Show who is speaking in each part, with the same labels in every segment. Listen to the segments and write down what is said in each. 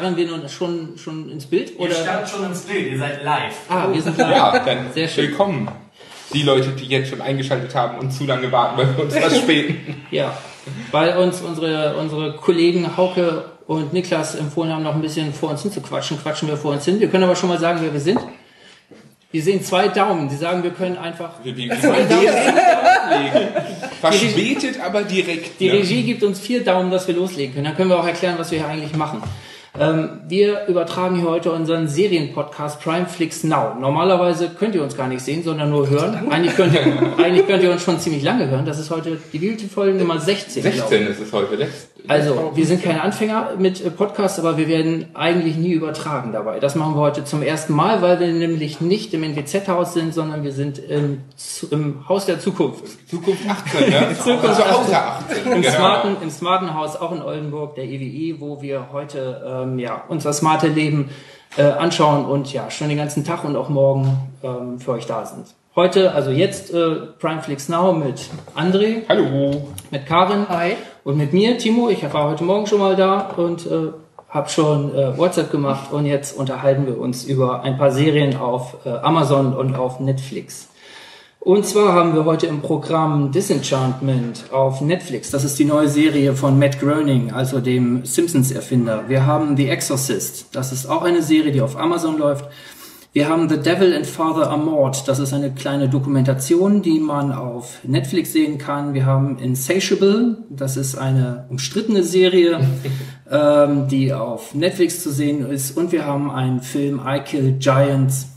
Speaker 1: starren wir nun schon ins Bild?
Speaker 2: Ihr starrt schon ins Bild, ihr seid live.
Speaker 1: Ah, wir sind live.
Speaker 3: Ja, dann
Speaker 1: sehr schön.
Speaker 3: willkommen. Die Leute, die jetzt schon eingeschaltet haben und zu lange warten, weil wir uns verspäten.
Speaker 1: Ja, weil uns unsere Kollegen Hauke und Niklas empfohlen haben, noch ein bisschen vor uns hin zu quatschen. Quatschen wir vor uns hin. Wir können aber schon mal sagen, wer wir sind. Wir sehen 2 Daumen. Sie sagen, wir können einfach...
Speaker 3: Wie wollen loslegen? Verspätet, aber direkt.
Speaker 1: Die Regie gibt uns 4 Daumen, dass wir loslegen können. Dann können wir auch erklären, was wir hier eigentlich machen. Wir übertragen hier heute unseren Serienpodcast Primeflix Now. Normalerweise könnt ihr uns gar nicht sehen, sondern nur hören. Eigentlich könnt ihr uns schon ziemlich lange hören. Das ist heute die wievielte Folge Nummer 16.
Speaker 3: 16 ist es heute.
Speaker 1: Also, wir sind keine Anfänger mit Podcasts, aber wir werden eigentlich nie übertragen dabei. Das machen wir heute zum ersten Mal, weil wir nämlich nicht im NWZ-Haus sind, sondern wir sind im Haus der Zukunft.
Speaker 3: Zukunft 18, ne?
Speaker 1: Zukunft
Speaker 3: 18.
Speaker 1: Im smarten Haus, auch in Oldenburg, der EWE, wo wir heute unser smarte Leben anschauen und schon den ganzen Tag und auch morgen für euch da sind. Heute, also jetzt, Primeflix Now mit André.
Speaker 3: Hallo.
Speaker 1: Mit Karin.
Speaker 4: Hi.
Speaker 1: Und mit mir, Timo. Ich war heute Morgen schon mal da und habe schon WhatsApp gemacht. Und jetzt unterhalten wir uns über ein paar Serien auf Amazon und auf Netflix. Und zwar haben wir heute im Programm Disenchantment auf Netflix. Das ist die neue Serie von Matt Groening, also dem Simpsons-Erfinder. Wir haben The Exorcist. Das ist auch eine Serie, die auf Amazon läuft. Wir haben The Devil and Father Amort. Das ist eine kleine Dokumentation, die man auf Netflix sehen kann. Wir haben Insatiable. Das ist eine umstrittene Serie, die auf Netflix zu sehen ist. Und wir haben einen Film I Kill Giants,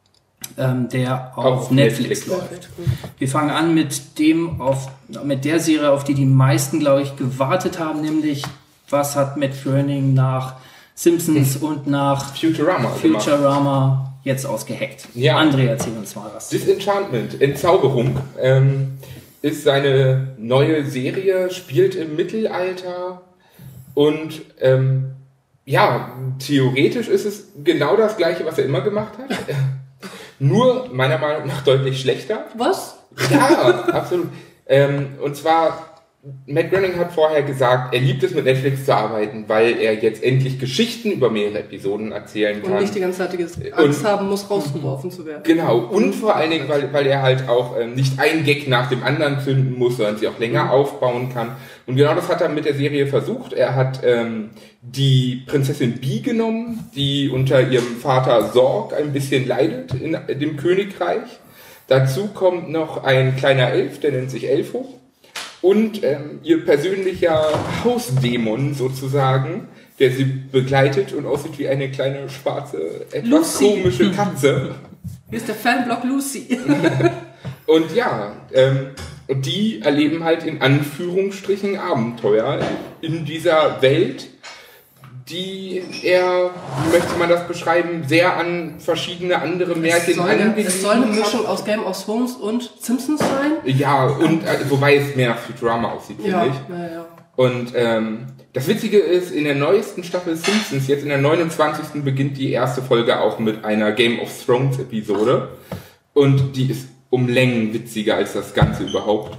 Speaker 1: der auf Netflix läuft. Wir fangen an mit der Serie, auf die meisten, glaube ich, gewartet haben, nämlich was hat Matt Groening nach Simpsons und nach Futurama jetzt ausgeheckt.
Speaker 3: Ja.
Speaker 1: André, erzähl uns mal was.
Speaker 3: Disenchantment, Entzauberung, ist seine neue Serie, spielt im Mittelalter und theoretisch ist es genau das Gleiche, was er immer gemacht hat. Nur meiner Meinung nach deutlich schlechter.
Speaker 4: Was?
Speaker 3: Ja, absolut. Und zwar, Matt Groening hat vorher gesagt, er liebt es mit Netflix zu arbeiten, weil er jetzt endlich Geschichten über mehrere Episoden erzählen kann.
Speaker 4: Und nicht die ganze Zeit Angst haben muss, rausgeworfen zu werden.
Speaker 3: Genau, und vor allen Dingen, weil er halt auch nicht einen Gag nach dem anderen finden muss, sondern sie auch länger aufbauen kann. Und genau das hat er mit der Serie versucht. Er hat die Prinzessin Bee genommen, die unter ihrem Vater Sorg ein bisschen leidet in dem Königreich. Dazu kommt noch ein kleiner Elf, der nennt sich Elfo. Und ihr persönlicher Hausdämon sozusagen, der sie begleitet und aussieht wie eine kleine schwarze, etwas komische Katze.
Speaker 4: Hier ist der Fanblock Lucy.
Speaker 3: Und und die erleben halt in Anführungsstrichen Abenteuer in dieser Welt, die er, wie möchte man das beschreiben, sehr an verschiedene andere Märchen angelegt.
Speaker 4: Es soll eine Mischung aus Game of Thrones und Simpsons sein?
Speaker 3: Ja, und wobei es mehr nach Futurama aussieht, finde ich.
Speaker 4: Ja.
Speaker 3: Und das Witzige ist, in der neuesten Staffel Simpsons, jetzt in der 29. beginnt die erste Folge auch mit einer Game of Thrones Episode. Und die ist um Längen witziger als das Ganze überhaupt.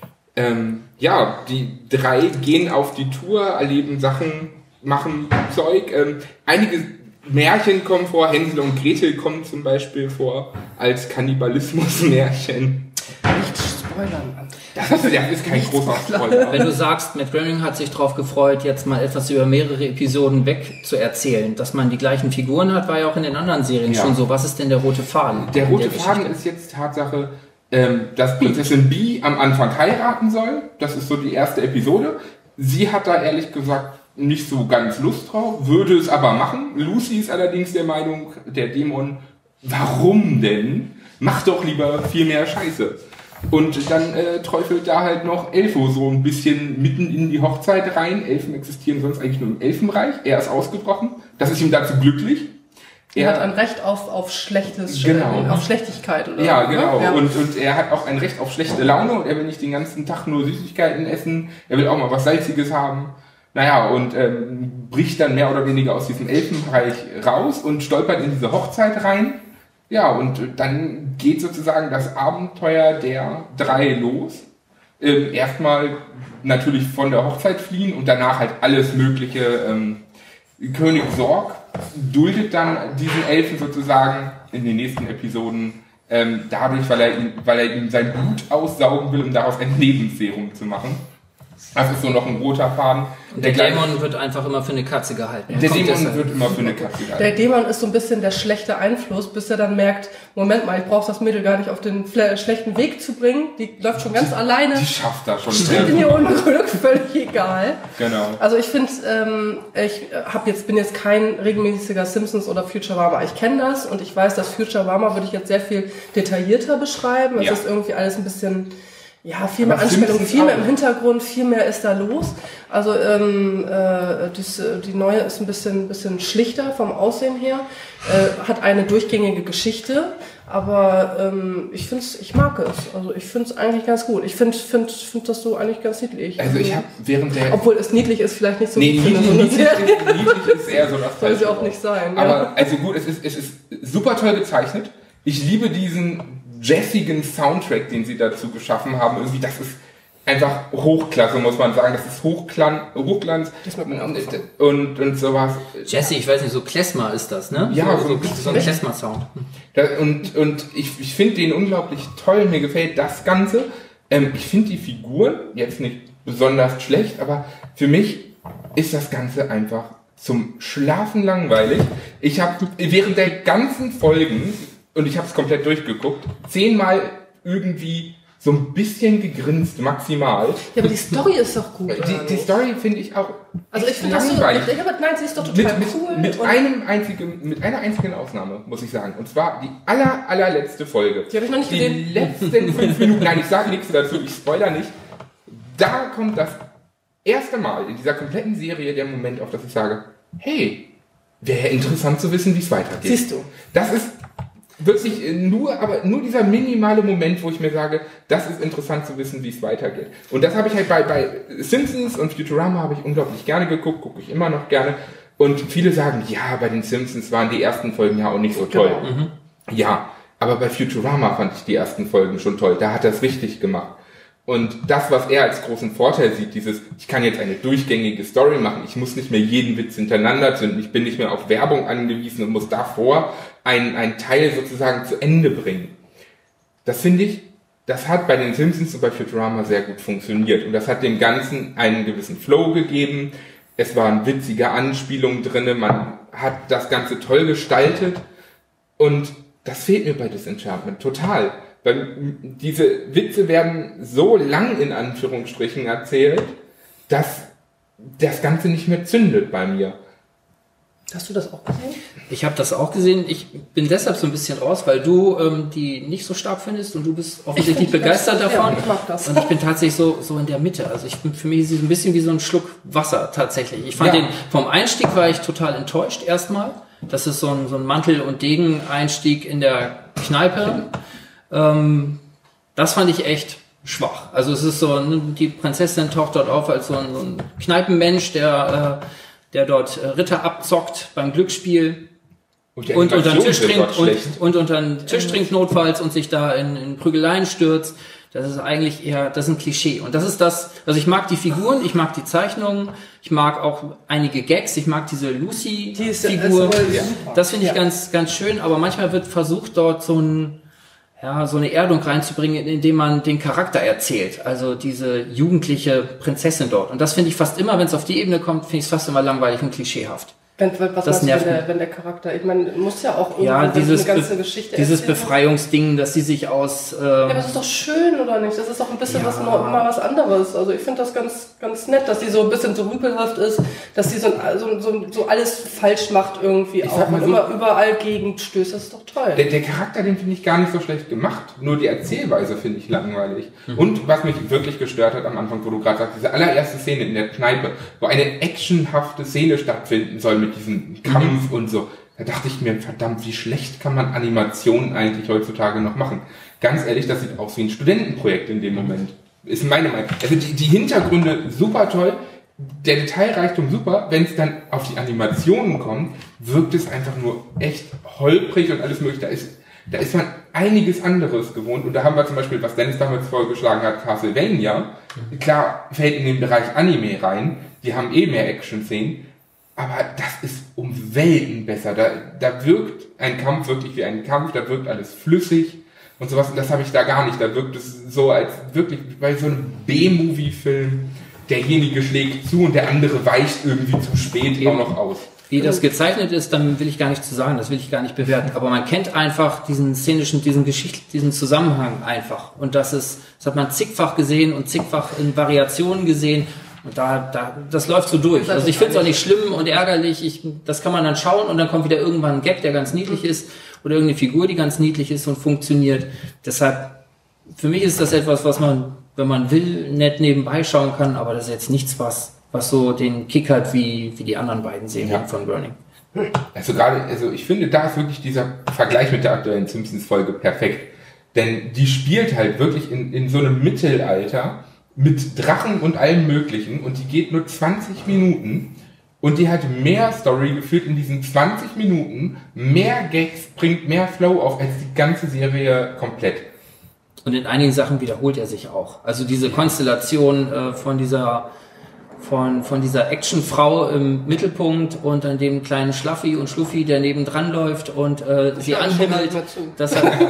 Speaker 3: Die 3 gehen auf die Tour, erleben Sachen, machen Zeug. Einige Märchen kommen vor, Hänsel und Gretel kommen zum Beispiel vor, als Kannibalismus-Märchen.
Speaker 4: Nicht spoilern.
Speaker 3: Das ist kein großer Spoiler.
Speaker 1: Wenn du sagst, Matt Groening hat sich darauf gefreut, jetzt mal etwas über mehrere Episoden weg zu erzählen, dass man die gleichen Figuren hat, war ja auch in den anderen Serien schon so. Was ist denn der rote Faden?
Speaker 3: Der rote Faden ist jetzt Tatsache, dass Prinzessin Bee am Anfang heiraten soll. Das ist so die erste Episode. Sie hat da ehrlich gesagt nicht so ganz Lust drauf, würde es aber machen. Lucy ist allerdings der Meinung, der Dämon, warum denn? Mach doch lieber viel mehr Scheiße. Und dann träufelt da halt noch Elfo so ein bisschen mitten in die Hochzeit rein. Elfen existieren sonst eigentlich nur im Elfenreich. Er ist ausgebrochen. Das ist ihm dazu glücklich.
Speaker 4: Er hat ein Recht auf Schlechtes, auf Schlechtigkeit. Oder
Speaker 3: ja, genau.
Speaker 4: Ja.
Speaker 3: Und er hat auch ein Recht auf schlechte Laune und er will nicht den ganzen Tag nur Süßigkeiten essen. Er will auch mal was Salziges haben. Naja, und bricht dann mehr oder weniger aus diesem Elfenreich raus und stolpert in diese Hochzeit rein. Ja, und dann geht sozusagen das Abenteuer der 3 los. Erstmal natürlich von der Hochzeit fliehen und danach halt alles Mögliche König Sorg duldet dann diesen Elfen sozusagen in den nächsten Episoden dadurch, weil er ihm sein Blut aussaugen will, um daraus ein Lebensserum zu machen. Das ist so noch ein roter Faden.
Speaker 1: Der Dämon wird einfach immer für eine Katze gehalten.
Speaker 3: Der Dämon wird immer für eine Katze gehalten.
Speaker 4: Der Dämon ist so ein bisschen der schlechte Einfluss, bis er dann merkt, Moment mal, ich brauche das Mädel gar nicht auf den schlechten Weg zu bringen. Die läuft schon ganz alleine.
Speaker 3: Die schafft das schon.
Speaker 4: Steht in ihr Unglück, völlig egal.
Speaker 3: Genau.
Speaker 4: Also ich finde, bin jetzt kein regelmäßiger Simpsons oder Futurama. Ich kenne das und ich weiß, dass Futurama würde ich jetzt sehr viel detaillierter beschreiben. Es ist irgendwie alles ein bisschen... Ja, viel mehr Anspannung, viel mehr im Hintergrund, viel mehr ist da los. Also die neue ist ein bisschen schlichter vom Aussehen her, hat eine durchgängige Geschichte, aber ich mag es. Also ich finde es eigentlich ganz gut. Ich finde das so eigentlich ganz niedlich.
Speaker 3: Also ich habe während der...
Speaker 4: Obwohl es niedlich ist, vielleicht nicht so gut finde.
Speaker 3: Niedlich ist eher so das
Speaker 4: soll sie auch nicht sein.
Speaker 3: Aber ja. Also gut, es ist super toll gezeichnet. Ich liebe diesen jazzigen Soundtrack, den sie dazu geschaffen haben. Irgendwie, das ist einfach Hochklasse, muss man sagen. Das ist Hochglanz und sowas.
Speaker 1: Jazzy, ich weiß nicht, so Klezmer ist das, ne?
Speaker 3: Ja,
Speaker 1: so ein Klezmer-Sound.
Speaker 3: Und ich finde den unglaublich toll. Mir gefällt das Ganze. Ich finde die Figuren jetzt nicht besonders schlecht, aber für mich ist das Ganze einfach zum Schlafen langweilig. Ich habe während der ganzen Folgen, und ich habe es komplett durchgeguckt, 10-mal irgendwie so ein bisschen gegrinst, maximal.
Speaker 4: Ja, aber die Story ist doch gut.
Speaker 3: Die Story finde ich auch
Speaker 4: also ich finde das so, nein, sie ist doch total cool.
Speaker 3: Mit einer einzigen Ausnahme, muss ich sagen. Und zwar die allerletzte Folge.
Speaker 4: Die habe ich noch nicht gesehen.
Speaker 3: Die letzten 5 Minuten, nein, ich sage nichts dazu, ich spoiler nicht. Da kommt das erste Mal in dieser kompletten Serie der Moment, auf das ich sage, hey, wäre interessant zu wissen, wie es weitergeht.
Speaker 4: Siehst du.
Speaker 3: Das ist wirklich nur dieser minimale Moment, wo ich mir sage, das ist interessant zu wissen, wie es weitergeht. Und das habe ich halt bei Simpsons und Futurama habe ich unglaublich gerne geguckt, gucke ich immer noch gerne. Und viele sagen, ja, bei den Simpsons waren die ersten Folgen ja auch nicht so toll. Genau. Mhm. Ja, aber bei Futurama fand ich die ersten Folgen schon toll. Da hat er es richtig gemacht. Und das, was er als großen Vorteil sieht, ich kann jetzt eine durchgängige Story machen, ich muss nicht mehr jeden Witz hintereinander zünden, ich bin nicht mehr auf Werbung angewiesen und muss davor einen Teil sozusagen zu Ende bringen. Das finde ich, das hat bei den Simpsons und bei Futurama sehr gut funktioniert. Und das hat dem Ganzen einen gewissen Flow gegeben. Es waren witzige Anspielungen drinne, man hat das Ganze toll gestaltet. Und das fehlt mir bei Disenchantment total. Weil diese Witze werden so lang in Anführungsstrichen erzählt, dass das Ganze nicht mehr zündet bei mir.
Speaker 4: Hast du das auch gesehen?
Speaker 1: Ich habe das auch gesehen. Ich bin deshalb so ein bisschen raus, weil du die nicht so stark findest und du bist offensichtlich begeistert davon.
Speaker 4: Ja, ich mag das.
Speaker 1: Und ich bin tatsächlich so in der Mitte. Also für mich ist es ein bisschen wie so ein Schluck Wasser tatsächlich. Ich fand den vom Einstieg war ich total enttäuscht erstmal. Das ist so ein Mantel- und Degen-Einstieg in der Kneipe. Das fand ich echt schwach. Also es ist so, die Prinzessin taucht dort auf als so ein Kneipenmensch, der dort Ritter abzockt beim Glücksspiel und unter den Tisch trinkt und unter den Tisch trinkt notfalls und sich da in Prügeleien stürzt. Das ist eigentlich das ist ein Klischee. Und das ist das, also ich mag die Figuren, ich mag die Zeichnungen, ich mag auch einige Gags, ich mag diese Lucy-Figur. Das finde ich ganz, ganz schön, aber manchmal wird versucht, dort so eine Erdung reinzubringen, indem man den Charakter erzählt. Also diese jugendliche Prinzessin dort. Und das finde ich fast immer, wenn es auf die Ebene kommt, finde ich es fast immer langweilig und klischeehaft.
Speaker 4: Was nervt, wenn der Charakter, ich meine, muss ja auch irgendwie eine ganze Geschichte
Speaker 1: dieses erzählen. Befreiungsding, dass sie sich aus...
Speaker 4: ja, aber das ist doch schön, oder nicht? Das ist doch ein bisschen mal was anderes. Also ich finde das ganz, ganz nett, dass sie so ein bisschen so rüpelhaft ist, dass sie so alles falsch macht irgendwie auch und immer überall gegenstößt. Das ist doch toll.
Speaker 3: Der Charakter, den finde ich gar nicht so schlecht gemacht. Nur die Erzählweise finde ich langweilig. Mhm. Und was mich wirklich gestört hat am Anfang, wo du gerade sagst, diese allererste Szene in der Kneipe, wo eine actionhafte Szene stattfinden soll mit diesem Kampf und so. Da dachte ich mir, verdammt, wie schlecht kann man Animationen eigentlich heutzutage noch machen? Ganz ehrlich, das sieht aus wie ein Studentenprojekt in dem Moment. Ist meine Meinung. Also die Hintergründe super toll, der Detailreichtum super. Wenn es dann auf die Animationen kommt, wirkt es einfach nur echt holprig und alles mögliche. Da ist man einiges anderes gewohnt. Und da haben wir zum Beispiel, was Dennis damals vorgeschlagen hat, Castlevania. Klar, fällt in den Bereich Anime rein. Die haben mehr Action-Szenen. aber das ist um Welten besser. Da wirkt ein Kampf wirklich wie ein Kampf, da wirkt alles flüssig und sowas. Und das habe ich da gar nicht. Da wirkt es so, als wirklich bei so einem B-Movie-Film, derjenige schlägt zu und der andere weicht irgendwie zu spät auch noch aus.
Speaker 1: Wie das gezeichnet ist, dann will ich gar nicht zu sagen, das will ich gar nicht bewerten. Aber man kennt einfach diesen szenischen, diesen Zusammenhang einfach. Und das hat man zigfach gesehen und zigfach in Variationen gesehen. Und das läuft so durch. Also ich finde es auch nicht schlimm und ärgerlich. Das kann man dann schauen und dann kommt wieder irgendwann ein Gag, der ganz niedlich ist oder irgendeine Figur, die ganz niedlich ist und funktioniert. Deshalb, für mich ist das etwas, was man, wenn man will, nett nebenbei schauen kann. Aber das ist jetzt nichts, was so den Kick hat wie die anderen beiden Serien von Groening.
Speaker 3: Also ich finde, da ist wirklich dieser Vergleich mit der aktuellen Simpsons-Folge perfekt. Denn die spielt halt wirklich in so einem Mittelalter mit Drachen und allem Möglichen und die geht nur 20 Minuten und die hat mehr Story geführt in diesen 20 Minuten, mehr Gags, bringt mehr Flow auf als die ganze Serie komplett.
Speaker 1: Und in einigen Sachen wiederholt er sich auch. Also diese Konstellation von dieser Actionfrau im Mittelpunkt und dann dem kleinen Schlaffi, der nebendran läuft und sie anhimmelt. Das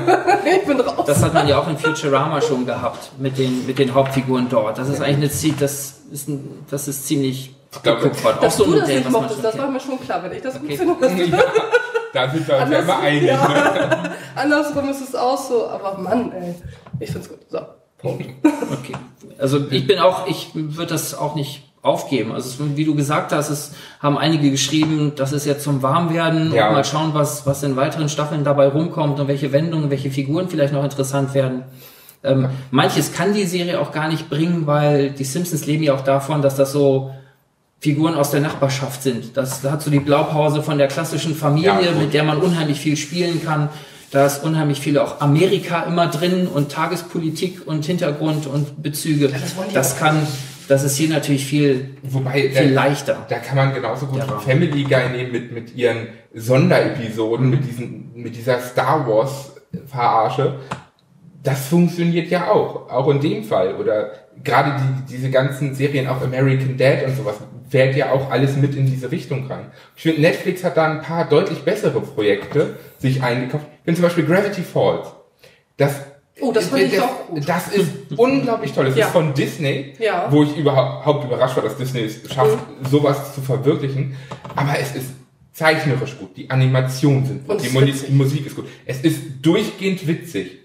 Speaker 1: hat man ja auch in Futurama schon gehabt mit den Hauptfiguren dort. Das ist eigentlich das ist ziemlich
Speaker 4: gepupfert. Dass du das nicht mochtest, das war mir schon klar, wenn ich das gut finde.
Speaker 3: Da sind wir uns ja immer einig. Ja.
Speaker 4: Ne? Andersrum ist es auch so, aber Mann, ey, ich find's gut. So, Punkt.
Speaker 1: Okay. Also ich würde das auch nicht aufgeben. Also wie du gesagt hast, es haben einige geschrieben, das ist jetzt zum Warmwerden und mal schauen, was in weiteren Staffeln dabei rumkommt und welche Wendungen, welche Figuren vielleicht noch interessant werden. Manches kann die Serie auch gar nicht bringen, weil die Simpsons leben ja auch davon, dass das so Figuren aus der Nachbarschaft sind. Da hat so die Blaupause von der klassischen Familie, mit der man unheimlich viel spielen kann. Da ist unheimlich viel auch Amerika immer drin und Tagespolitik und Hintergrund und Bezüge. Das ist hier natürlich viel leichter.
Speaker 3: Da kann man genauso gut Family Guy nehmen mit ihren Sonderepisoden, mit dieser Star Wars Verarsche. Das funktioniert ja auch in dem Fall. Oder gerade diese ganzen Serien, auch American Dad und sowas, fällt ja auch alles mit in diese Richtung rein. Ich finde, Netflix hat da ein paar deutlich bessere Projekte sich eingekauft. Ich finde zum Beispiel Gravity Falls. Das fand ich auch gut. Das ist unglaublich toll. Es ist von Disney, wo ich überhaupt überrascht war, dass Disney es schafft, sowas zu verwirklichen. Aber es ist zeichnerisch gut. Die Animationen sind gut. Die Musik ist gut. Es ist durchgehend witzig.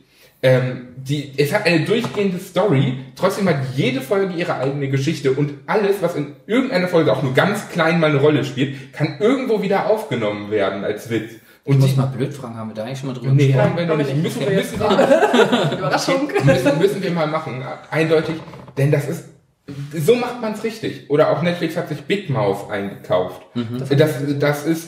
Speaker 3: Es hat eine durchgehende Story, trotzdem hat jede Folge ihre eigene Geschichte und alles, was in irgendeiner Folge auch nur ganz klein mal eine Rolle spielt, kann irgendwo wieder aufgenommen werden als Witz.
Speaker 1: Und ich muss mal blöd fragen, haben wir da eigentlich schon mal drüber
Speaker 3: gesprochen? Nee, haben wir noch nicht. Müssen wir mal machen, eindeutig, denn so macht man es richtig. Oder auch Netflix hat sich Big Mouth eingekauft. Das ist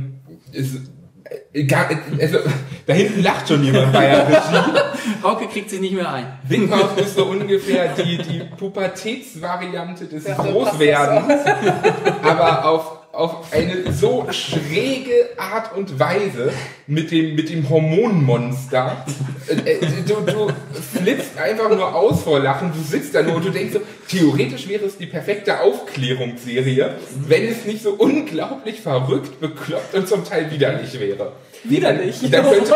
Speaker 3: da hinten lacht schon jemand bei der Regie.
Speaker 1: Hauke kriegt sich nicht mehr ein.
Speaker 3: Big Mouth ist so ungefähr die Pubertätsvariante des Großwerdens, aber auf eine so schräge Art und Weise mit dem Hormonmonster. Du flippst einfach nur aus vor Lachen, du sitzt da nur und du denkst so, theoretisch wäre es die perfekte Aufklärungsserie, wenn es nicht so unglaublich verrückt, bekloppt und zum Teil widerlich wäre.
Speaker 4: Widerlich?
Speaker 3: Dann könnte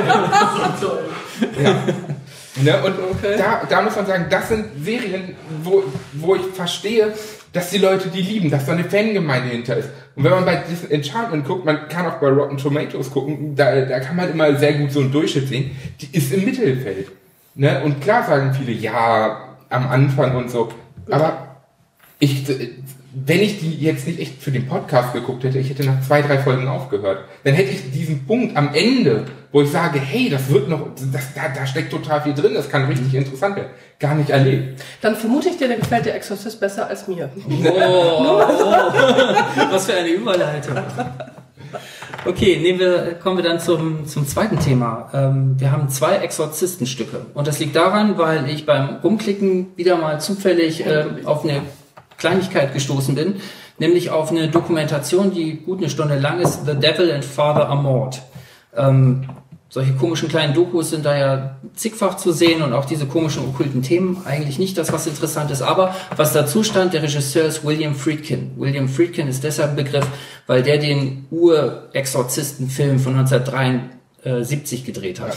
Speaker 3: Ne? Und da muss man sagen, das sind Serien, wo ich verstehe, dass die Leute die lieben, dass da eine Fangemeinde hinter ist. Und wenn man bei diesem Enchantment guckt, man kann auch bei Rotten Tomatoes gucken, da kann man immer sehr gut so einen Durchschnitt sehen, die ist im Mittelfeld. Ne? Und klar sagen viele, ja, am Anfang und so, aber wenn ich die jetzt nicht echt für den Podcast geguckt hätte, ich hätte nach 2-3 Folgen aufgehört. Dann hätte ich diesen Punkt am Ende, wo ich sage, hey, das wird noch, da steckt total viel drin, das kann richtig interessant werden, gar nicht erlebt.
Speaker 4: Dann vermute ich dir, der gefällt der Exorzist besser als mir.
Speaker 1: Was für eine Überleitung. Okay, kommen wir dann zum zweiten Thema. Wir haben 2 Exorzistenstücke. Und das liegt daran, weil ich beim Rumklicken wieder mal zufällig auf eine Kleinigkeit gestoßen bin, nämlich auf eine Dokumentation, die gut eine Stunde lang ist, The Devil and Father Amort. solche komischen kleinen Dokus sind da ja zigfach zu sehen und auch diese komischen okkulten Themen eigentlich nicht das, was interessant ist. Aber was dazu stand, der Regisseur ist William Friedkin. William Friedkin ist deshalb ein Begriff, weil der den Ur-Exorzisten-Film von 1973 gedreht hat.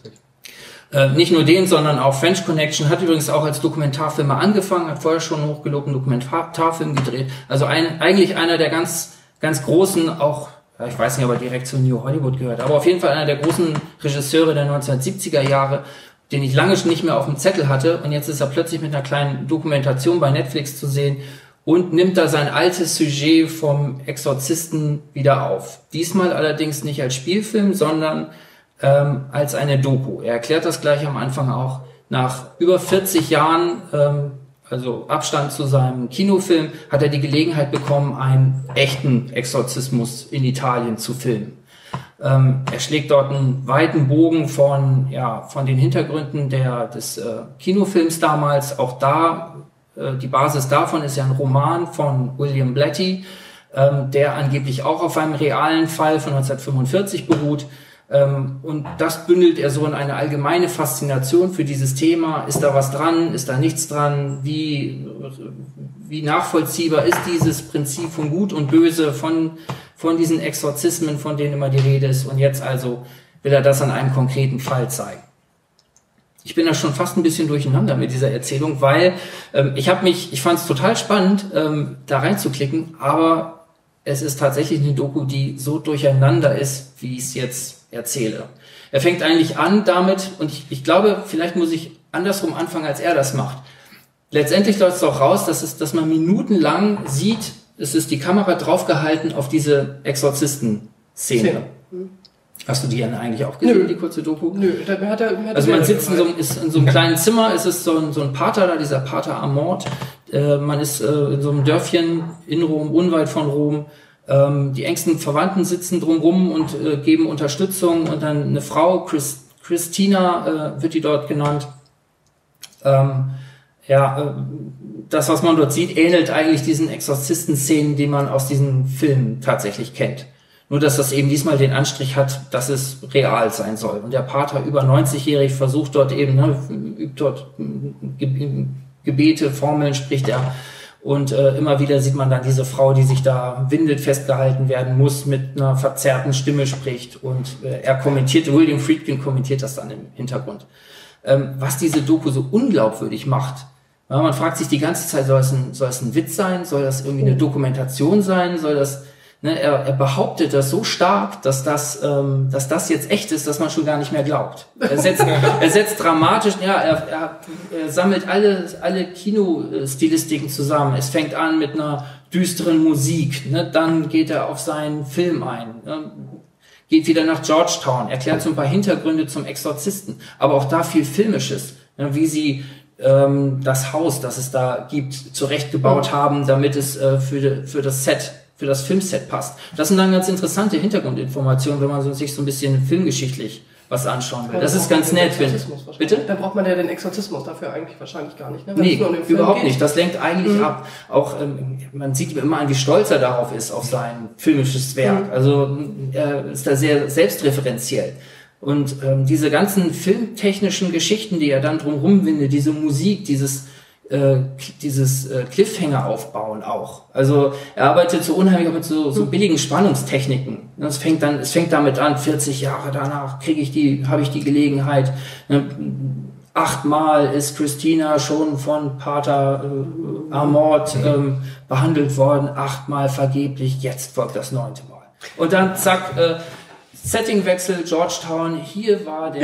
Speaker 1: Nicht nur den, sondern auch French Connection, hat übrigens auch als Dokumentarfilmer angefangen, hat vorher schon einen hochgelobten Dokumentarfilm gedreht. Also eigentlich einer der ganz großen, auch, ich weiß nicht, ob er direkt zu New Hollywood gehört, aber auf jeden Fall einer der großen Regisseure der 1970er Jahre, den ich lange nicht mehr auf dem Zettel hatte. Und jetzt ist er plötzlich mit einer kleinen Dokumentation bei Netflix zu sehen und nimmt da sein altes Sujet vom Exorzisten wieder auf. Diesmal allerdings nicht als Spielfilm, sondern als eine Doku. Er erklärt das gleich am Anfang auch. Nach über 40 Jahren, also Abstand zu seinem Kinofilm, hat er die Gelegenheit bekommen, einen echten Exorzismus in Italien zu filmen. Er schlägt dort einen weiten Bogen von den Hintergründen des Kinofilms damals. Auch da, die Basis davon ist ja ein Roman von William Blatty, der angeblich auch auf einem realen Fall von 1945 beruht. Und das bündelt er so in eine allgemeine Faszination für dieses Thema. Ist da was dran? Ist da nichts dran? Wie nachvollziehbar ist dieses Prinzip von Gut und Böse, von diesen Exorzismen, von denen immer die Rede ist? Und jetzt also will er das an einem konkreten Fall zeigen. Ich bin da schon fast ein bisschen durcheinander mit dieser Erzählung, weil ich fand es total spannend, da reinzuklicken, aber es ist tatsächlich eine Doku, die so durcheinander ist, wie ich es jetzt erzähle. Er fängt eigentlich an damit, und ich glaube, vielleicht muss ich andersrum anfangen, als er das macht. Letztendlich läuft es auch raus, dass man minutenlang sieht, es ist die Kamera draufgehalten auf diese Exorzisten-Szene. Hast du die denn eigentlich auch gesehen, die kurze Doku?
Speaker 4: Nö, hat er
Speaker 1: also man sitzt in so einem kleinen Zimmer, es ist so ein Pater da, dieser Pater Amort. Man ist in so einem Dörfchen in Rom, unweit von Rom. Die engsten Verwandten sitzen drumrum und geben Unterstützung. Und dann eine Frau, Christina wird die dort genannt. Das, was man dort sieht, ähnelt eigentlich diesen Exorzisten-Szenen, die man aus diesen Filmen tatsächlich kennt. Nur, dass das eben diesmal den Anstrich hat, dass es real sein soll. Und der Pater, über 90-jährig, versucht dort eben, übt dort Gebete, Formeln spricht er. Und immer wieder sieht man dann diese Frau, die sich da windet, festgehalten werden muss, mit einer verzerrten Stimme spricht. Und William Friedkin kommentiert das dann im Hintergrund. Was diese Doku so unglaubwürdig macht. Ja, man fragt sich die ganze Zeit, soll es ein Witz sein? Soll das irgendwie eine Dokumentation sein? Soll das... Er behauptet das so stark, dass das jetzt echt ist, dass man schon gar nicht mehr glaubt. Er setzt dramatisch, er sammelt alle Kinostilistiken zusammen. Es fängt an mit einer düsteren Musik, dann geht er auf seinen Film ein, geht wieder nach Georgetown, erklärt so ein paar Hintergründe zum Exorzisten, aber auch da viel Filmisches, wie sie das Haus, das es da gibt, zurechtgebaut haben, damit es für das Filmset passt. Das sind dann ganz interessante Hintergrundinformationen, wenn man sich so ein bisschen filmgeschichtlich was anschauen will. Das ist ganz nett. Bitte?
Speaker 4: Da braucht man ja den Exorzismus dafür eigentlich wahrscheinlich gar nicht. Ne?
Speaker 1: Nee, überhaupt nicht. Das lenkt eigentlich ab. Auch man sieht ihm immer an, wie stolz er darauf ist, auf sein filmisches Werk. Also er ist da sehr selbstreferenziell. Und diese ganzen filmtechnischen Geschichten, die er dann drumherum windet, diese Musik, dieses Cliffhanger aufbauen auch. Also er arbeitet so unheimlich mit so billigen Spannungstechniken. Es fängt damit an, 40 Jahre danach habe ich die Gelegenheit. 8-mal ist Christina schon von Pater Amort behandelt worden, 8-mal vergeblich, jetzt folgt das 9. Mal. Und dann zack, Settingwechsel, Georgetown, hier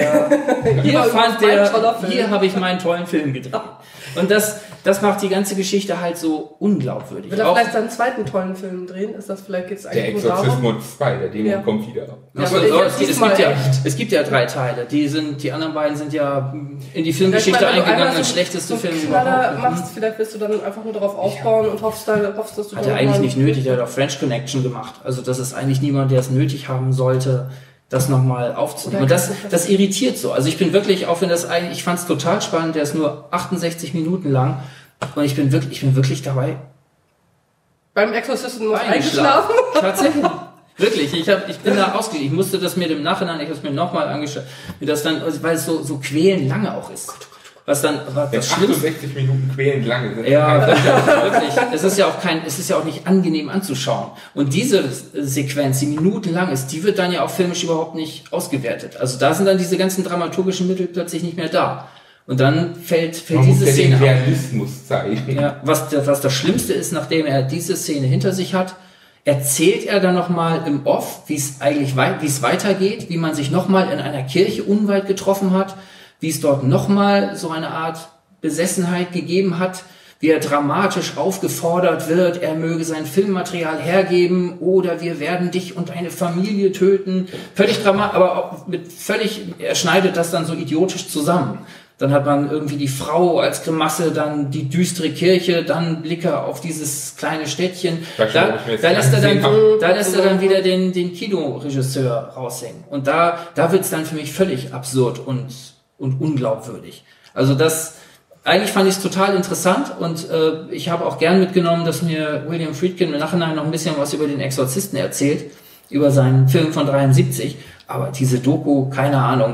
Speaker 1: habe ich meinen tollen Film gedreht. Und das macht die ganze Geschichte halt so unglaubwürdig.
Speaker 4: Will er vielleicht seinen zweiten tollen Film drehen? Ist das vielleicht geht's eigentlich
Speaker 3: nur darum? Der Exorzismus 2, der Dämon kommt wieder.
Speaker 1: Es gibt ja 3 Teile. Die anderen beiden sind ja in die Filmgeschichte eingegangen als schlechteste Filme überhaupt.
Speaker 4: Vielleicht willst du dann einfach nur darauf aufbauen und hoffst, dass du...
Speaker 1: Hat er eigentlich nicht nötig. Er hat auch French Connection gemacht. Also das ist eigentlich niemand, der es nötig haben sollte, das nochmal aufzunehmen. Und das irritiert so. Also ich bin wirklich, auch wenn ich fand es total spannend, der ist nur 68 Minuten lang und ich bin wirklich dabei.
Speaker 4: Beim Exorzisten eingeschlafen?
Speaker 1: Tatsächlich. Wirklich, ich bin da ausgeglichen. Ich musste das mir im Nachhinein, ich habe es mir nochmal angeschaut, wie das dann, weil es so quälend lange auch ist. Was dann, das
Speaker 3: 68 Minuten quälend lange sind.
Speaker 1: Ja, wirklich. Es ist ja auch nicht angenehm anzuschauen. Und diese Sequenz, die minutenlang ist, die wird dann ja auch filmisch überhaupt nicht ausgewertet. Also da sind dann diese ganzen dramaturgischen Mittel plötzlich nicht mehr da. Und dann fällt diese Szene ab.
Speaker 3: Realismus zeigen.
Speaker 1: Ja, was das Schlimmste ist, nachdem er diese Szene hinter sich hat, erzählt er dann nochmal im Off, wie es weitergeht, wie man sich nochmal in einer Kirche unweit getroffen hat, wie es dort nochmal so eine Art Besessenheit gegeben hat, wie er dramatisch aufgefordert wird, er möge sein Filmmaterial hergeben oder wir werden dich und deine Familie töten. Völlig dramatisch, aber auch er schneidet das dann so idiotisch zusammen. Dann hat man irgendwie die Frau als Grimasse, dann die düstere Kirche, dann Blicke auf dieses kleine Städtchen. Da lässt er dann wieder den Kinoregisseur raushängen. Und da wird's dann für mich völlig absurd und unglaubwürdig. Also eigentlich fand ich es total interessant und ich habe auch gern mitgenommen, dass mir William Friedkin im Nachhinein noch ein bisschen was über den Exorzisten erzählt, über seinen Film von 73. Aber diese Doku, keine Ahnung,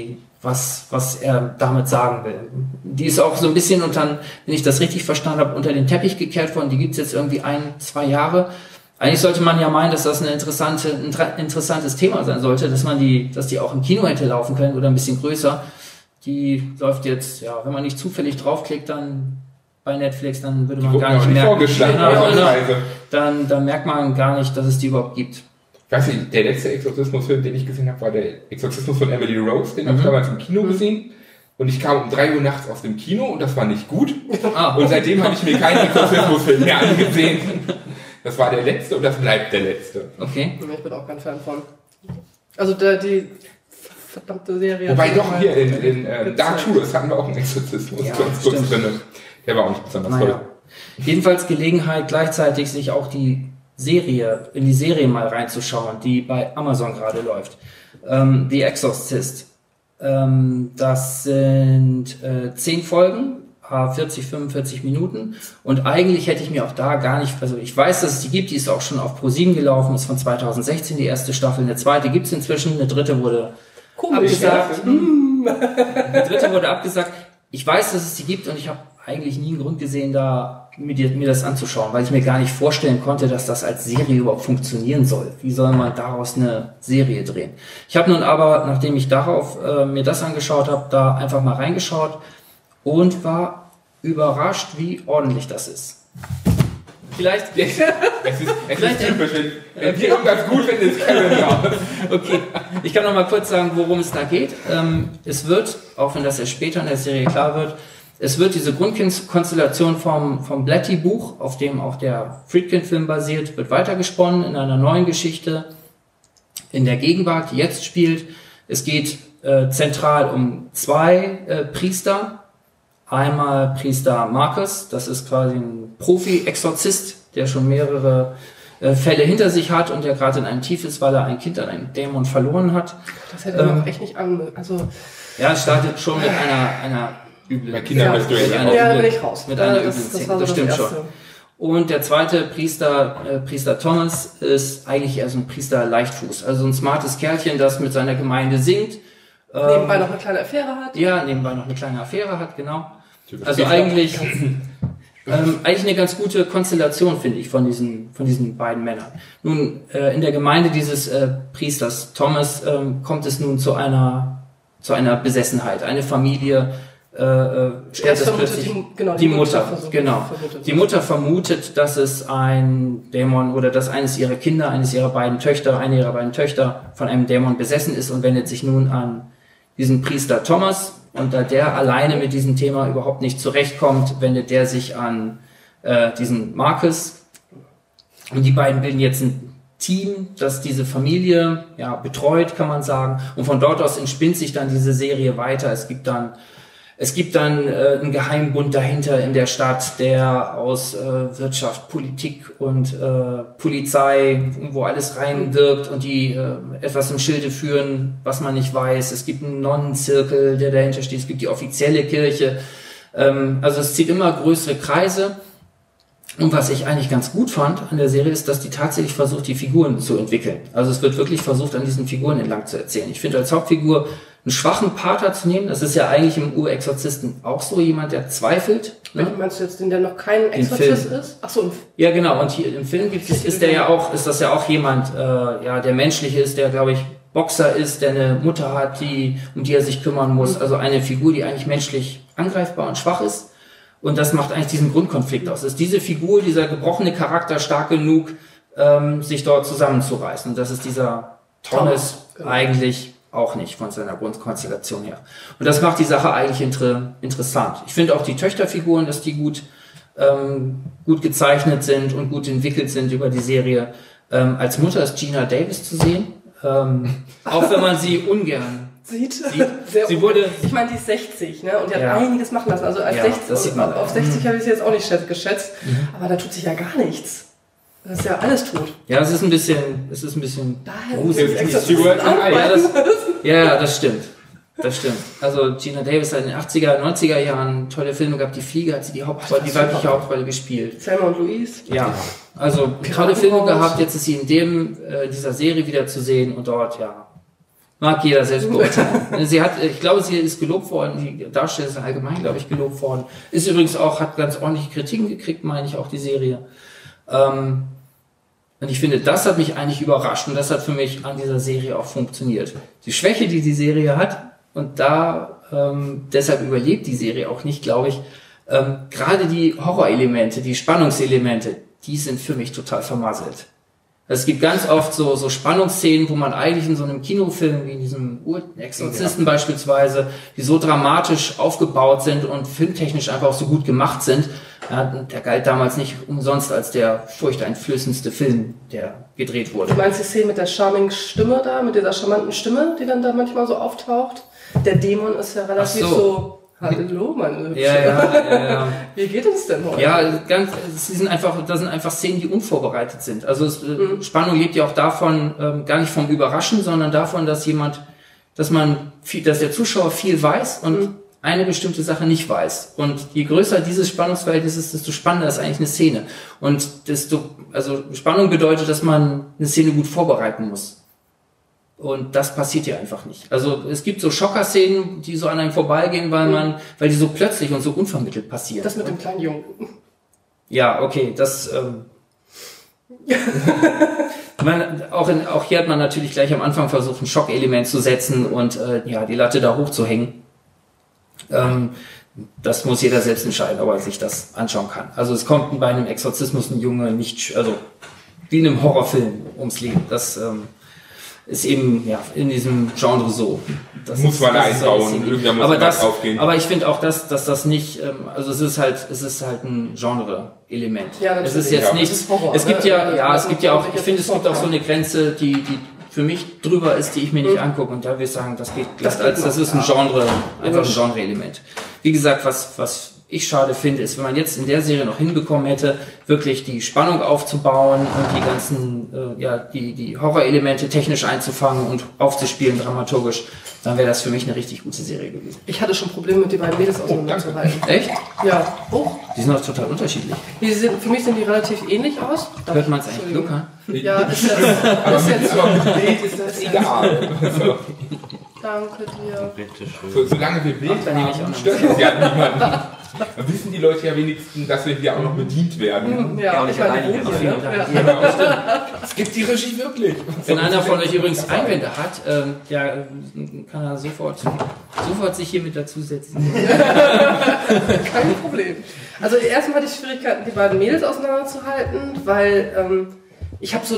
Speaker 1: was er damit sagen will. Die ist auch so ein bisschen wenn ich das richtig verstanden habe, unter den Teppich gekehrt worden. Die gibt's jetzt irgendwie 1-2 Jahre. Eigentlich sollte man ja meinen, dass das ein interessantes Thema sein sollte, dass die auch im Kino hätte laufen können oder ein bisschen größer. Die läuft jetzt, ja, wenn man nicht zufällig draufklickt, dann bei Netflix, dann würde man gar nicht merken. Dann merkt man gar nicht, dass es die überhaupt gibt.
Speaker 3: Ich weiß nicht, der letzte Exorzismus-Film, den ich gesehen habe, war der Exorzismus von Emily Rose. Den habe ich damals im Kino gesehen. Und ich kam um 3 Uhr nachts aus dem Kino und das war nicht gut. Und seitdem habe ich mir keinen Exorzismus-Film mehr angesehen. Das war der letzte und das bleibt der letzte.
Speaker 1: Okay.
Speaker 4: Ich bin auch kein Fan von. Also die verdammte Serie.
Speaker 3: Wobei doch hier in Dark Tourist hatten wir auch einen Exorzismus kurz drin. Der war auch nicht besonders toll.
Speaker 1: Jedenfalls Gelegenheit, gleichzeitig sich auch in die Serie mal reinzuschauen, die bei Amazon gerade läuft. The Exorcist. Das sind 10 Folgen, 40-45 Minuten. Und eigentlich hätte ich mir auch da gar nicht, also ich weiß, dass es die gibt, die ist auch schon auf ProSieben gelaufen, ist von 2016 die erste Staffel, eine zweite gibt's inzwischen, eine dritte wurde abgesagt. Eine dritte wurde abgesagt. Ich weiß, dass es die gibt und ich habe eigentlich nie einen Grund gesehen, mir das anzuschauen, weil ich mir gar nicht vorstellen konnte, dass das als Serie überhaupt funktionieren soll. Wie soll man daraus eine Serie drehen? Ich habe nun aber, nachdem ich darauf mir das angeschaut habe, da einfach mal reingeschaut und war überrascht, wie ordentlich das ist. Vielleicht.
Speaker 3: Es ist typisch, wenn wir irgendwas gut finden, ist Kevin da.
Speaker 1: Okay, ich kann noch mal kurz sagen, worum es da geht. Es wird, auch wenn das erst später in der Serie klar wird, es wird diese Grundkonstellation vom Blatty-Buch, auf dem auch der Friedkin-Film basiert, wird weitergesponnen in einer neuen Geschichte in der Gegenwart, die jetzt spielt. Es geht zentral um 2 Priester. Einmal Priester Marcus, das ist quasi ein Profi-Exorzist, der schon mehrere Fälle hinter sich hat und der gerade in einem Tief ist, weil er ein Kind an einem Dämon verloren hat.
Speaker 4: Das hätte man auch echt nicht
Speaker 1: Ja, es startet schon mit einer üblen.
Speaker 3: Bei Kindern bist du
Speaker 4: bin ich raus.
Speaker 1: Mit einer üblen Szene, das stimmt schon. Und der zweite Priester Thomas, ist eigentlich eher so ein Priester Leichtfuß, also ein smartes Kerlchen, das mit seiner Gemeinde singt.
Speaker 4: Nebenbei noch eine kleine Affäre hat.
Speaker 1: Ja, nebenbei noch eine kleine Affäre hat, genau. Also eigentlich eine ganz gute Konstellation, finde ich, von diesen beiden Männern. Nun, in der Gemeinde dieses Priesters Thomas kommt es nun zu einer Besessenheit. Eine Familie die Mutter vermutet, dass es ein Dämon oder dass eine ihrer beiden Töchter von einem Dämon besessen ist und wendet sich nun an diesen Priester Thomas. Und da der alleine mit diesem Thema überhaupt nicht zurechtkommt, wendet der sich an diesen Marcus. Und die beiden bilden jetzt ein Team, das diese Familie betreut, kann man sagen. Und von dort aus entspinnt sich dann diese Serie weiter. Es gibt dann einen Geheimbund dahinter in der Stadt, der aus Wirtschaft, Politik und Polizei, wo alles reinwirkt und die etwas im Schilde führen, was man nicht weiß. Es gibt einen Nonnenzirkel, der dahinter steht. Es gibt die offizielle Kirche. Also es zieht immer größere Kreise. Und was ich eigentlich ganz gut fand an der Serie ist, dass die tatsächlich versucht, die Figuren zu entwickeln. Also es wird wirklich versucht, an diesen Figuren entlang zu erzählen. Ich finde als Hauptfigur einen schwachen Pater zu nehmen, das ist ja eigentlich im Urexorzisten auch so, jemand, der zweifelt. Ne?
Speaker 4: Meinst du jetzt den, der noch kein Exorzist ist? Ach so.
Speaker 1: Ja, genau. Und hier im Film ist das ja auch jemand, der menschlich ist, der, glaube ich, Boxer ist, der eine Mutter hat, um die er sich kümmern muss. Also eine Figur, die eigentlich menschlich angreifbar und schwach ist. Und das macht eigentlich diesen Grundkonflikt aus. Ist diese Figur, dieser gebrochene Charakter stark genug, sich dort zusammenzureißen? Und das ist dieser Thomas eigentlich auch nicht von seiner Grundkonstellation her. Und das macht die Sache eigentlich interessant. Ich finde auch die Töchterfiguren, dass die gut gezeichnet sind und gut entwickelt sind über die Serie. Als Mutter ist Geena Davis zu sehen, auch wenn man sie ungern
Speaker 4: sieht.
Speaker 1: Sie wurde,
Speaker 4: ich meine, die ist 60, ne? Und die hat einiges machen lassen. Also als 60, auf 60 habe ich sie jetzt auch nicht geschätzt. Aber da tut sich ja gar nichts. Das ist ja alles tot.
Speaker 1: Ja, es ist ein bisschen
Speaker 4: Ja,
Speaker 1: das stimmt. Also Geena Davis hat in den 80er, 90er Jahren tolle Filme gehabt. Die Fliege hat sie die weibliche Hauptrolle gespielt.
Speaker 4: Selma und Louise.
Speaker 1: Ja, also tolle Filme gehabt. Jetzt ist sie in dieser Serie wieder zu sehen und dort, mag jeder selbst beurteilen. Ich glaube, sie ist gelobt worden, die Darsteller sind allgemein, glaube ich, gelobt worden. Ist übrigens auch, hat ganz ordentliche Kritiken gekriegt, meine ich, auch die Serie. Und ich finde, das hat mich eigentlich überrascht und das hat für mich an dieser Serie auch funktioniert. Die Schwäche, die Serie hat, und deshalb überlebt die Serie auch nicht, glaube ich, gerade die Horrorelemente, die Spannungselemente, die sind für mich total vermasselt. Es gibt ganz oft so Spannungsszenen, wo man eigentlich in so einem Kinofilm, wie in diesem Exorzisten beispielsweise, die so dramatisch aufgebaut sind und filmtechnisch einfach auch so gut gemacht sind. Ja, der galt damals nicht umsonst als der furchteinflößendste Film, der gedreht wurde.
Speaker 4: Du meinst die Szene mit der charming Stimme da, mit dieser charmanten Stimme, die dann da manchmal so auftaucht? Der Dämon ist ja relativ so hallo, meine Hübsche.
Speaker 1: Ja.
Speaker 4: Wie geht es denn heute?
Speaker 1: Ja, das sind einfach Szenen, die unvorbereitet sind. Also Spannung lebt ja auch davon, gar nicht vom Überraschen, sondern davon, dass der Zuschauer viel weiß und eine bestimmte Sache nicht weiß. Und je größer dieses Spannungsverhältnis ist, desto spannender ist eigentlich eine Szene. Und Spannung bedeutet, dass man eine Szene gut vorbereiten muss. Und das passiert hier einfach nicht. Also es gibt so Schocker-Szenen, die so an einem vorbeigehen, weil die so plötzlich und so unvermittelt passieren.
Speaker 4: Das mit dem kleinen Jungen.
Speaker 1: Ja, okay, das auch hier hat man natürlich gleich am Anfang versucht, ein Schockelement zu setzen und die Latte da hochzuhängen. Das muss jeder selbst entscheiden, ob er sich das anschauen kann. Also es kommt bei einem Exorzismus ein Junge nicht, also wie in einem Horrorfilm ums Leben. Das ist eben in diesem Genre so. Das
Speaker 3: muss man einbauen. Irgendwann muss man aufgehen.
Speaker 1: Aber ich finde auch, dass das nicht, also es ist halt ein Genre-Element.
Speaker 4: Ja,
Speaker 1: es ist jetzt nicht. Es gibt auch, ich finde, es gibt auch so eine Grenze, die für mich drüber ist, die ich mir nicht angucke. Und da würde ich sagen, das ist ein Genre, einfach ein Genre-Element. Wie gesagt, was ich schade finde, ist, wenn man jetzt in der Serie noch hinbekommen hätte, wirklich die Spannung aufzubauen und die ganzen, die Horrorelemente technisch einzufangen und aufzuspielen, dramaturgisch, dann wäre das für mich eine richtig gute Serie gewesen.
Speaker 4: Ich hatte schon Probleme mit die beiden Mädels auseinanderzuhalten.
Speaker 1: Echt?
Speaker 4: Ja.
Speaker 1: Die sind doch total unterschiedlich.
Speaker 4: Für mich sehen die relativ ähnlich aus.
Speaker 1: Hört man es eigentlich gluckern?
Speaker 4: Ja, ist jetzt so.
Speaker 3: Ist das egal.
Speaker 4: Danke dir.
Speaker 3: Solange wir Bild haben, stört das ja niemanden. Dann wissen die Leute ja wenigstens, dass wir hier auch noch bedient werden.
Speaker 4: Ja, und ich meine,
Speaker 3: es gibt die Regie wirklich.
Speaker 1: Wenn einer von euch übrigens Einwände hat, kann er sofort sich hier mit dazusetzen.
Speaker 4: Kein Problem. Also erstmal hatte ich Schwierigkeiten, die beiden Mädels auseinanderzuhalten, weil ich habe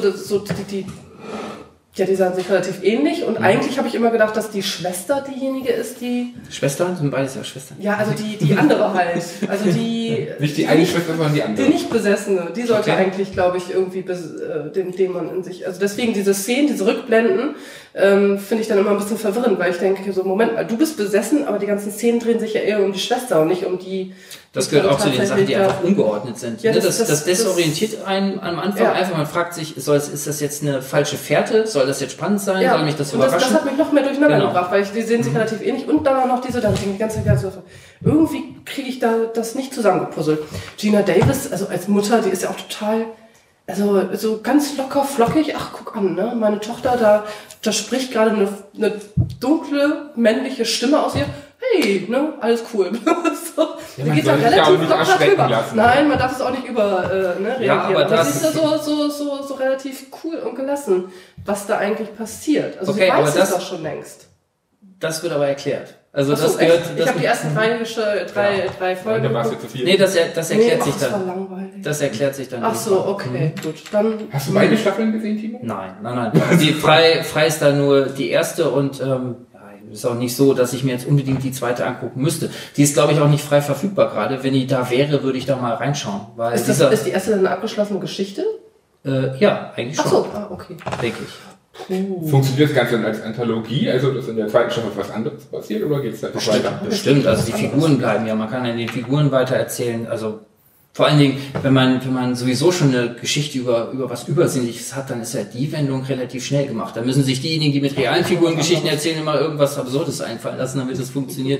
Speaker 4: die sahen sich relativ ähnlich und eigentlich habe ich immer gedacht, dass die Schwester diejenige ist, die...
Speaker 1: Schwestern? Sind beides ja Schwestern.
Speaker 4: Ja, also die andere halt. Also die...
Speaker 3: Nicht die eine Schwester, sondern die andere.
Speaker 4: Die nicht Besessene. Die sollte eigentlich, glaube ich, irgendwie den Dämon in sich... Also deswegen diese Szenen, diese Rückblenden, finde ich dann immer ein bisschen verwirrend, weil ich denke so, Moment mal, du bist besessen, aber die ganzen Szenen drehen sich ja eher um die Schwester und nicht um die
Speaker 1: Das gehört auch zu den Sachen, die einfach ungeordnet sind.
Speaker 4: Ja,
Speaker 1: das desorientiert einen am Anfang einfach. Man fragt sich, ist das jetzt eine falsche Fährte? Soll das jetzt spannend sein?
Speaker 4: Ja.
Speaker 1: Soll mich das überraschen?
Speaker 4: Das hat mich noch mehr durcheinander gebracht, weil die sehen sich relativ ähnlich. Und dann auch noch diese, die ganze Zeit so, irgendwie kriege ich da das nicht zusammengepuzzelt. Geena Davis, also als Mutter, die ist ja auch total, also so ganz locker, flockig. Ach, guck an, ne? Meine Tochter, da spricht gerade eine dunkle, männliche Stimme aus ihr. Hey, ne, alles cool. So,
Speaker 3: ja, man soll sich ja auch nicht erschrecken lassen.
Speaker 4: Nein, man darf es auch nicht reagieren.
Speaker 1: Ja, aber
Speaker 4: das ist ja so relativ cool und gelassen, was da eigentlich passiert. Also
Speaker 1: okay,
Speaker 4: du weißt es
Speaker 1: doch
Speaker 4: schon längst.
Speaker 1: Das wird aber erklärt. Also
Speaker 4: Achso,
Speaker 1: das gehört.
Speaker 4: Ich habe die ersten drei Folgen.
Speaker 3: Da warst du zu viel.
Speaker 1: Nee, das erklärt sich
Speaker 4: das
Speaker 1: dann.
Speaker 4: war langweilig.
Speaker 1: Das erklärt sich dann.
Speaker 4: Ach so, okay, gut. Dann.
Speaker 3: Hast du beide Staffeln gesehen, Timo?
Speaker 1: Nein. Die frei ist da nur die erste und ist auch nicht so, dass ich mir jetzt unbedingt die zweite angucken müsste. Die ist, glaube ich, auch nicht frei verfügbar gerade. Wenn die da wäre, würde ich da mal reinschauen. Weil
Speaker 4: ist die erste eine abgeschlossene Geschichte?
Speaker 1: Ja, eigentlich schon.
Speaker 4: Ach so, okay.
Speaker 1: Denke ich.
Speaker 3: Funktioniert das Ganze dann als Anthologie, also dass in der zweiten Staffel was anderes passiert, oder geht es da noch weiter?
Speaker 1: Bestimmt, also die Figuren bleiben ja, man kann an den Figuren weiter erzählen, also vor allen Dingen, wenn man sowieso schon eine Geschichte über was Übersinnliches hat, dann ist ja die Wendung relativ schnell gemacht. Da müssen sich diejenigen, die mit realen Figuren Geschichten erzählen, immer irgendwas Absurdes einfallen lassen, damit es funktioniert.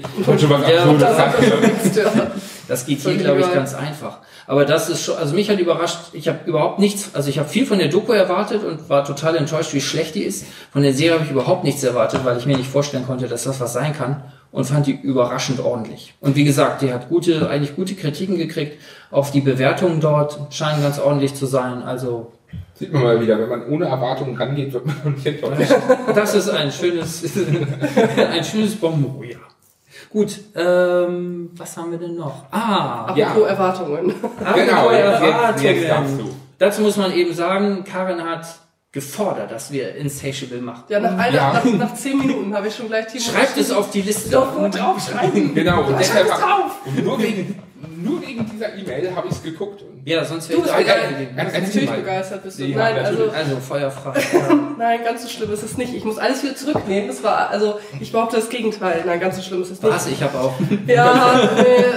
Speaker 1: Das geht hier, glaube ich, ganz einfach. Aber das ist schon, also mich hat überrascht, ich habe überhaupt nichts, also ich habe viel von der Doku erwartet und war total enttäuscht, wie schlecht die ist. Von der Serie habe ich überhaupt nichts erwartet, weil ich mir nicht vorstellen konnte, dass das was sein kann, und fand die überraschend ordentlich. Und wie gesagt, die hat eigentlich gute Kritiken gekriegt. Auch die Bewertungen dort scheinen ganz ordentlich zu sein, also.
Speaker 3: Sieht man mal wieder, wenn man ohne Erwartungen rangeht, wird man noch nicht enttäuscht.
Speaker 1: Das ist ein schönes Bonbon, ja. Gut, was haben wir denn noch?
Speaker 4: Apropos Erwartungen.
Speaker 3: Genau,
Speaker 1: Erwartungen.
Speaker 3: Jetzt darfst du.
Speaker 1: Dazu muss man eben sagen, Karin hat gefordert, dass wir Insatiable machen.
Speaker 4: Ja, nach 10 Minuten habe ich schon gleich Timo.
Speaker 1: Schreibt es auf die Liste.
Speaker 4: Sofort aufschreiben.
Speaker 3: Genau, und deshalb
Speaker 4: drauf.
Speaker 3: nur wegen dieser E-Mail habe ich es geguckt.
Speaker 1: Ja, sonst wäre
Speaker 4: Du bist natürlich begeistert bist du.
Speaker 3: Ja,
Speaker 4: Nein,
Speaker 1: also feuerfrei.
Speaker 4: Nein, ganz so schlimm ist es nicht. Ich muss alles wieder zurücknehmen. Ich behaupte das Gegenteil. Nein, ganz so schlimm ist es nicht.
Speaker 1: Was? Ich habe auch.
Speaker 4: Ja,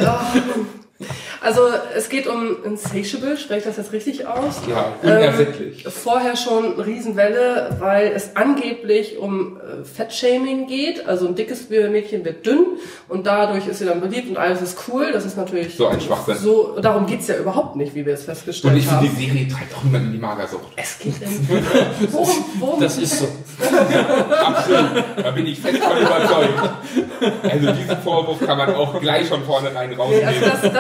Speaker 4: Also es geht um Insatiable, spreche ich das jetzt richtig aus?
Speaker 3: Ja, unersättlich.
Speaker 4: Vorher schon Riesenwelle, weil es angeblich um Fettshaming geht. Also ein dickes Mädchen wird dünn und dadurch ist sie dann beliebt und alles ist cool. Das ist natürlich
Speaker 3: so ein Schwachsinn.
Speaker 4: So, darum geht's ja überhaupt nicht, wie wir es festgestellt haben.
Speaker 3: Und ich finde, die Serie treibt auch niemand in die Magersucht.
Speaker 4: Es geht worum
Speaker 1: Das ist so.
Speaker 3: Absolut. Da bin ich fest von überzeugt. Also diesen Vorwurf kann man auch gleich von vornherein rausnehmen.
Speaker 4: Also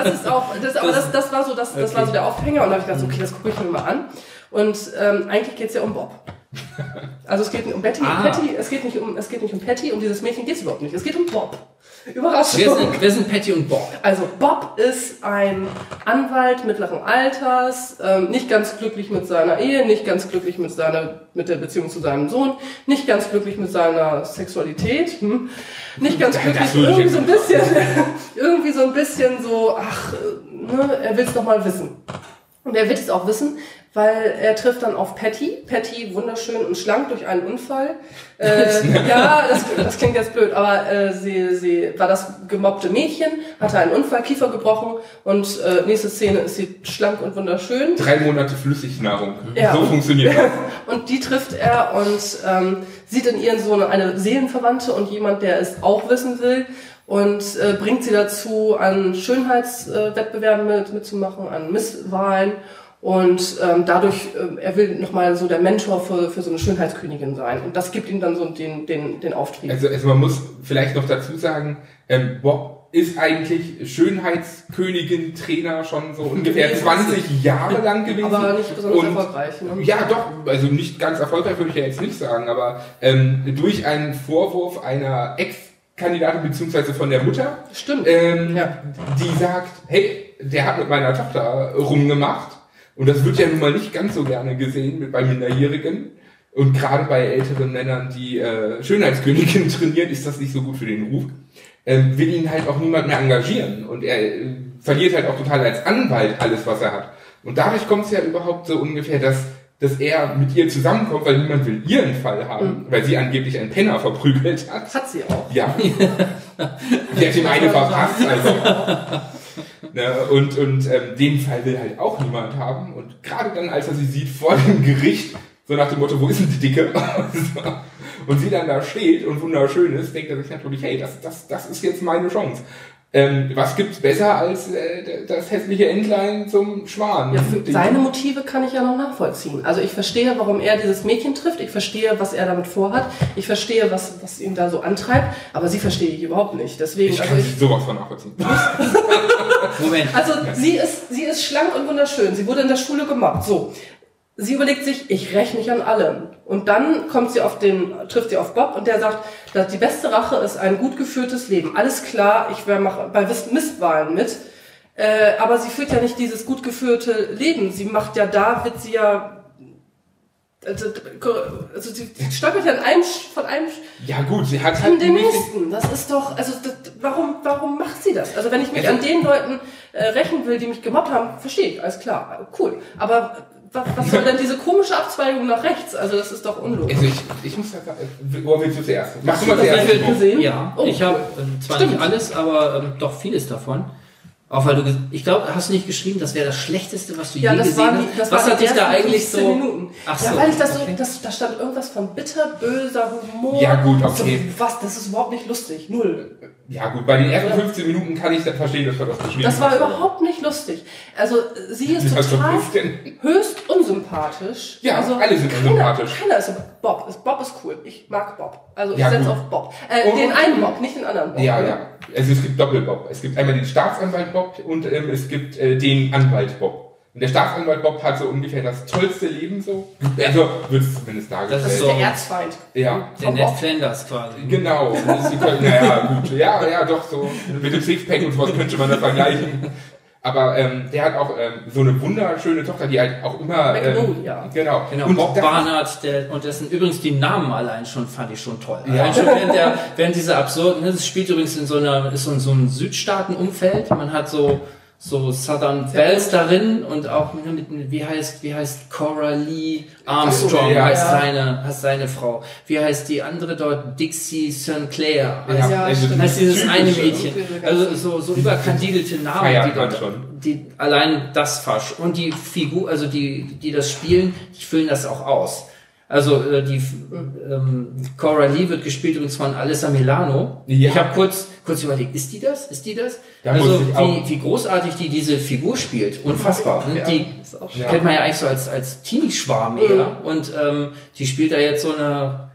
Speaker 4: das war so der Aufhänger und da habe ich gedacht, okay, das gucke ich mir mal an. Und eigentlich geht es ja um Bob. Also es geht um Betty, Patty, es geht nicht um Patty, um dieses Mädchen geht es überhaupt nicht. Es geht um Bob. Überraschung.
Speaker 1: Wer sind Patty und Bob?
Speaker 4: Also Bob ist ein Anwalt mittleren Alters, nicht ganz glücklich mit seiner Ehe, nicht ganz glücklich mit der Beziehung zu seinem Sohn, nicht ganz glücklich mit seiner Sexualität, nicht ganz glücklich, irgendwie so ein bisschen so, er will es doch mal wissen. Und er wird es auch wissen, weil er trifft dann auf Patty. Patty, wunderschön und schlank durch einen Unfall. Ja, das klingt jetzt blöd, aber sie war das gemobbte Mädchen, hatte einen Unfall, Kiefer gebrochen und nächste Szene ist sie schlank und wunderschön.
Speaker 3: 3 Monate Flüssignahrung.
Speaker 4: Ja.
Speaker 3: So funktioniert das.
Speaker 4: Und die trifft er und sieht in ihren Sohn eine Seelenverwandte und jemand, der es auch wissen will. Und bringt sie dazu, an Schönheitswettbewerben mitzumachen, an Misswahlen. Und dadurch, er will nochmal so der Mentor für so eine Schönheitskönigin sein. Und das gibt ihm dann so den Auftrieb.
Speaker 3: Also man muss vielleicht noch dazu sagen, Bob ist eigentlich Schönheitskönigin, Trainer schon so ungefähr 20 Jahre lang gewesen.
Speaker 4: Aber nicht besonders erfolgreich. Ne?
Speaker 3: Ja, doch, also nicht ganz erfolgreich würde ich ja jetzt nicht sagen, aber durch einen Vorwurf einer Ex-Kandidatin beziehungsweise von der Mutter,
Speaker 4: Stimmt.
Speaker 3: Die sagt, hey, der hat mit meiner Tochter rumgemacht. Und das wird ja nun mal nicht ganz so gerne gesehen bei Minderjährigen. Und gerade bei älteren Männern, die Schönheitskönigin trainieren, ist das nicht so gut für den Ruf. Will ihn halt auch niemand mehr engagieren. Und er verliert halt auch total als Anwalt alles, was er hat. Und dadurch kommt es ja überhaupt so ungefähr, dass er mit ihr zusammenkommt, weil niemand will ihren Fall haben, weil sie angeblich einen Penner verprügelt hat.
Speaker 4: Hat sie auch.
Speaker 3: Ja. Die hat ihm eine verpasst, also. Ne? Und den Fall will halt auch niemand haben. Und gerade dann, als er sie sieht vor dem Gericht, so nach dem Motto, wo ist denn die Dicke? Und sie dann da steht und wunderschön ist, denkt er sich natürlich, hey, das ist jetzt meine Chance. Was gibt's besser als das hässliche Entlein zum Schwan?
Speaker 4: Ja, für seine Motive kann ich ja noch nachvollziehen. Also ich verstehe, warum er dieses Mädchen trifft. Ich verstehe, was er damit vorhat. Ich verstehe, was ihn da so antreibt. Aber sie verstehe ich überhaupt nicht. Deswegen,
Speaker 3: ich kann sowas von nachvollziehen.
Speaker 1: Moment.
Speaker 4: Also sie ist schlank und wunderschön. Sie wurde in der Schule gemobbt. So. Sie überlegt sich, ich räche mich an allem. Und dann trifft sie auf Bob und der sagt, dass die beste Rache ist ein gut geführtes Leben. Alles klar, ich mache bei Mistwahlen mit. Aber sie führt ja nicht dieses gut geführte Leben. Sie macht ja wird sie ja, also sie stolpert ja von einem
Speaker 3: ja gut, sie hat
Speaker 4: an den nächsten. Das ist doch, warum macht sie das? Also wenn ich mich an den Leuten rächen will, die mich gemobbt haben, verstehe ich, alles klar, cool. Aber was soll denn diese komische Abzweigung nach rechts? Also das ist doch unlogisch.
Speaker 3: Also ich muss da sagen, wo willst du zuerst? Machst du mal zuerst
Speaker 4: gesehen?
Speaker 1: Ja, ich habe zwar nicht alles, aber doch vieles davon. Auch weil ich glaube, hast du nicht geschrieben, das wäre das Schlechteste, was du je gesehen hast? Was hat dich da eigentlich so...
Speaker 4: Minuten.
Speaker 1: Ach
Speaker 4: ja,
Speaker 1: so,
Speaker 4: weil ich das
Speaker 1: okay.
Speaker 4: da stand irgendwas von bitterböser Humor.
Speaker 3: Ja gut, okay.
Speaker 4: So, das ist überhaupt nicht lustig. Null.
Speaker 3: Ja gut, bei den ersten 15 Minuten kann ich dann verstehen, dass das geschrieben
Speaker 4: Das war überhaupt nicht lustig. Also sie ist total höchst unsympathisch.
Speaker 3: Ja,
Speaker 4: also,
Speaker 3: alle sind unsympathisch.
Speaker 4: Keiner ist Bob ist cool. Ich mag Bob. Also ich
Speaker 3: Ja,
Speaker 4: setze
Speaker 3: gut.
Speaker 4: auf Bob. Den einen Bob, nicht den anderen Bob.
Speaker 3: Ja, ja. Also es gibt Doppel-Bob. Es gibt einmal den Staatsanwalt Bob und es gibt den Anwalt Bob. Und der Staatsanwalt Bob hat so ungefähr das tollste Leben so. Also wird es zumindest dargestellt.
Speaker 1: Das ist so
Speaker 4: Der Erzfeind.
Speaker 3: Ja.
Speaker 1: Der Ned Flanders quasi.
Speaker 3: Genau. Naja, gut. Ja, doch so. Mit dem Sixpack und sowas könnte man das vergleichen. Aber der hat auch so eine wunderschöne Tochter, die halt auch immer...
Speaker 4: Magnolia.
Speaker 3: Genau.
Speaker 1: Und Bob Barnard, und dessen übrigens die Namen allein schon fand ich schon toll.
Speaker 3: Ja.
Speaker 1: Allein schon während dieser absurden, das spielt übrigens in so einem Südstaaten-Umfeld. Man hat so Southern Bells darin und auch mit wie heißt Cora Lee Armstrong, heißt seine Frau. Wie heißt die andere dort? Dixie Sinclair. Heißt dieses eine Mädchen. Also so überkandidelte Namen, die allein das Fasch. Und die Figur, also die das spielen, die füllen das auch aus. Also Cora Lee wird gespielt übrigens von Alyssa Milano. Ja. Ich habe kurz überlegt, ist die das?
Speaker 3: Da
Speaker 1: also wie großartig die diese Figur spielt. Unfassbar. Ja. Die kennt man ja eigentlich so als Teenie-Schwarm eher. Und die spielt da jetzt so eine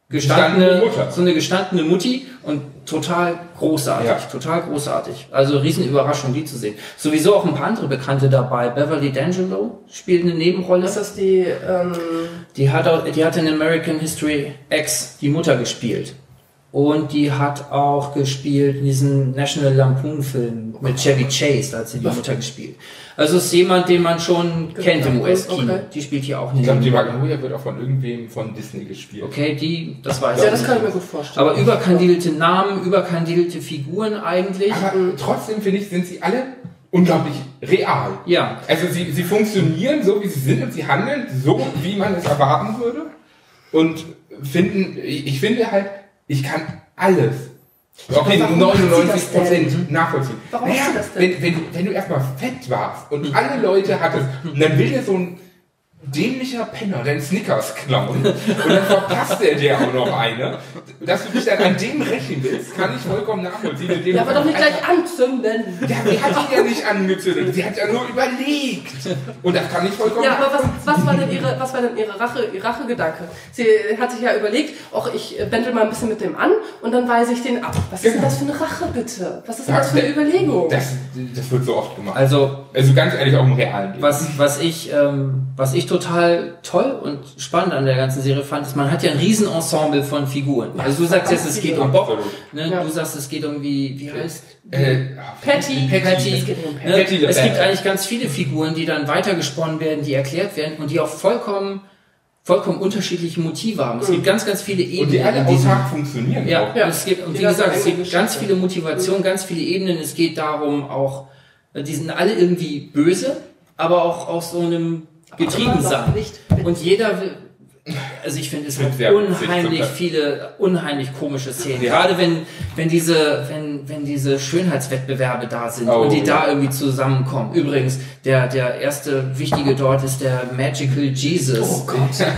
Speaker 1: gestandene Mutti und total großartig. Also Riesenüberraschung, die zu sehen. Sowieso auch ein paar andere Bekannte dabei. Beverly D'Angelo spielt eine Nebenrolle.
Speaker 4: Ist das die...
Speaker 1: Die hat in American History X die Mutter gespielt. Und die hat auch gespielt in diesem National Lampoon Film mit Chevy Chase, da hat sie die Mutter gespielt. Also ist jemand, den man schon kennt im US-Kino. Okay. Die spielt hier auch nicht.
Speaker 3: Ich glaube, die Magnolia wird auch von irgendwem von Disney gespielt.
Speaker 1: Okay, das weiß ich.
Speaker 4: Ja, das kann ich mir gut vorstellen.
Speaker 1: Aber überkandidelte Namen, überkandidelte Figuren eigentlich.
Speaker 3: Aber trotzdem, finde ich, sind sie alle unglaublich real.
Speaker 1: Ja.
Speaker 3: Also sie funktionieren so, wie sie sind und sie handeln so, wie man es erwarten würde. Und ich finde halt, ich kann alles. Okay, 99% nachvollziehen.
Speaker 4: Warum machst du das denn?
Speaker 3: Wenn du erstmal fett warst und alle Leute hattest, dann will dir so ein dämlicher Penner deinen Snickers klauen und dann verpasst er dir auch noch eine. Dass du dich dann an dem rächen willst, kann ich vollkommen nachvollziehen.
Speaker 4: Ja, aber doch nicht gleich anzünden.
Speaker 3: Ja, die hat ihn ja nicht angezündet. Sie hat ja nur überlegt. Und das kann ich vollkommen nachvollziehen.
Speaker 4: Ja, aber was war denn ihre Rachegedanke? Sie hat sich ja überlegt, ich bändel mal ein bisschen mit dem an und dann weise ich den ab. Was ist denn das für eine Rache, bitte? Was ist denn das für eine Überlegung?
Speaker 3: Das wird so oft gemacht.
Speaker 1: Also
Speaker 3: ganz ehrlich, auch im realen Leben.
Speaker 1: Was ich total toll und spannend an der ganzen Serie fand, ist, man hat ja ein Riesenensemble von Figuren. Also du sagst jetzt, es geht um Bob, ne? Ja. Du sagst, es geht um wie heißt
Speaker 4: Patty.
Speaker 1: Es gibt eigentlich ganz viele Figuren, die dann weitergesponnen werden, die erklärt werden und die auch vollkommen unterschiedliche Motive haben. Es gibt ganz, ganz viele Ebenen.
Speaker 3: Und die alle autark funktionieren.
Speaker 1: Ja, auch. Es gibt ganz viele Motivationen, ganz viele Ebenen. Es geht darum auch, die sind alle irgendwie böse, aber auch aus so einem Getriebensein. Und jeder will, Also ich finde, es gibt unheimlich komische Szenen. Ja. Gerade wenn diese Schönheitswettbewerbe da sind und die da irgendwie zusammenkommen. Übrigens, der erste wichtige dort ist der Magical Jesus.
Speaker 4: Oh Gott.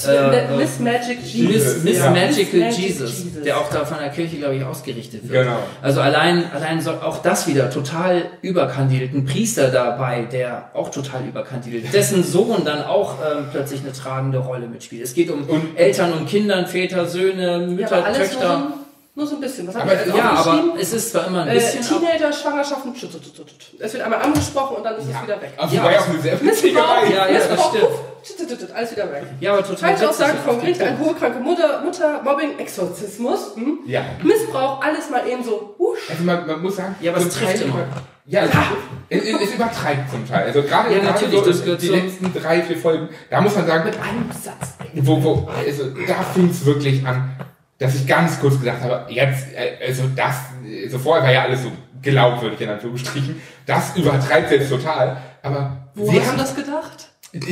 Speaker 4: Miss Magic Jesus.
Speaker 1: Miss Magical Jesus, der auch da von der Kirche, glaube ich, ausgerichtet wird. Genau. Also allein auch das wieder total überkandidelt. Ein Priester dabei, der auch total überkandidelt. Dessen Sohn dann auch plötzlich eine tragende Rolle mitspielt. Es geht um Eltern und Kindern, Väter, Söhne, Mütter, Töchter.
Speaker 4: Nur so ein bisschen. Was
Speaker 1: aber es ist zwar immer ein bisschen...
Speaker 4: Teenager, Schwangerschaften, es wird einmal angesprochen und dann ist es wieder weg.
Speaker 3: Also war ja auch eine sehr witzige Weise.
Speaker 1: Ja, das stimmt.
Speaker 4: Alles wieder weg.
Speaker 1: Ja, aber total
Speaker 4: falsche Aussage vom Gericht, eine hohe kranke Mutter, Mobbing, Exorzismus, Missbrauch, alles mal eben so,
Speaker 3: Also man muss sagen...
Speaker 1: Ja, aber es trifft immer.
Speaker 3: Ja, es übertreibt zum Teil. Also gerade so die letzten 3-4 Folgen, da muss man sagen...
Speaker 4: Mit einem Satz.
Speaker 3: Also da fing es wirklich an, dass ich ganz kurz gedacht habe, jetzt, vorher war ja alles so glaubwürdig in Anführungsstrichen, das übertreibt jetzt total, aber...
Speaker 4: Wo hast du das gedacht?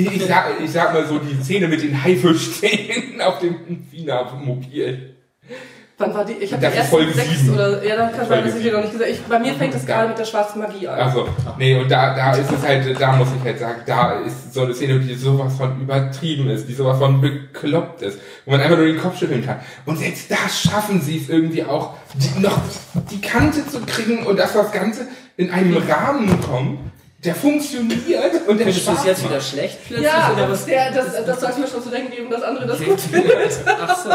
Speaker 3: Ich sag mal so, die Szene mit den Haifischzähnen auf dem Wiener Mobil.
Speaker 4: Wann war die? Ich habe die ersten 6 oder... Ja, dann kann sein, dass ich dir noch nicht gesagt habe. Bei mir fängt das gerade mit der schwarzen Magie an.
Speaker 3: Also, nee, und da ist es halt, da muss ich halt sagen, da ist so eine Szene, die sowas von übertrieben ist, die sowas von bekloppt ist, wo man einfach nur den Kopf schütteln kann. Und selbst da schaffen sie es irgendwie auch, noch die Kante zu kriegen und dass das Ganze in einem Rahmen kommt, der funktioniert und der
Speaker 1: Findest du es jetzt wieder schlecht plötzlich?
Speaker 4: Ja, oder was? Das sollte mir schon zu denken geben, dass andere das gut finden.
Speaker 1: Ach so.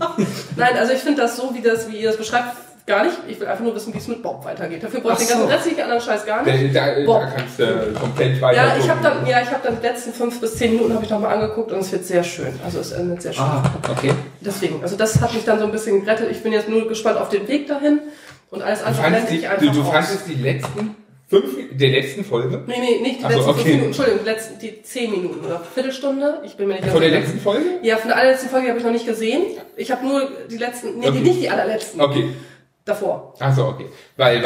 Speaker 4: Nein, also ich finde das so, wie ihr das beschreibt, gar nicht. Ich will einfach nur wissen, wie es mit Bob weitergeht. Dafür brauche ich den ganzen restlichen anderen Scheiß gar nicht.
Speaker 3: Da kannst du komplett weiter.
Speaker 4: Ja, ich habe dann die letzten 5 bis 10 Minuten habe ich nochmal angeguckt und es wird sehr schön. Also es endet sehr schön.
Speaker 1: Okay.
Speaker 4: Deswegen, also das hat mich dann so ein bisschen gerettet. Ich bin jetzt nur gespannt auf den Weg dahin und alles andere blende ich einfach
Speaker 3: Du fandest die letzten 5 der letzten Folge?
Speaker 4: Nee, nicht die letzten 5 Minuten, Entschuldigung, die 10 Minuten oder Viertelstunde. Ich bin mir nicht ganz
Speaker 3: sicher. Von der letzten Folge?
Speaker 4: Ja, von der allerletzten Folge habe ich noch nicht gesehen. Ich habe nur die letzten, nicht die allerletzten.
Speaker 3: Okay.
Speaker 4: Davor.
Speaker 3: Achso, okay. Weil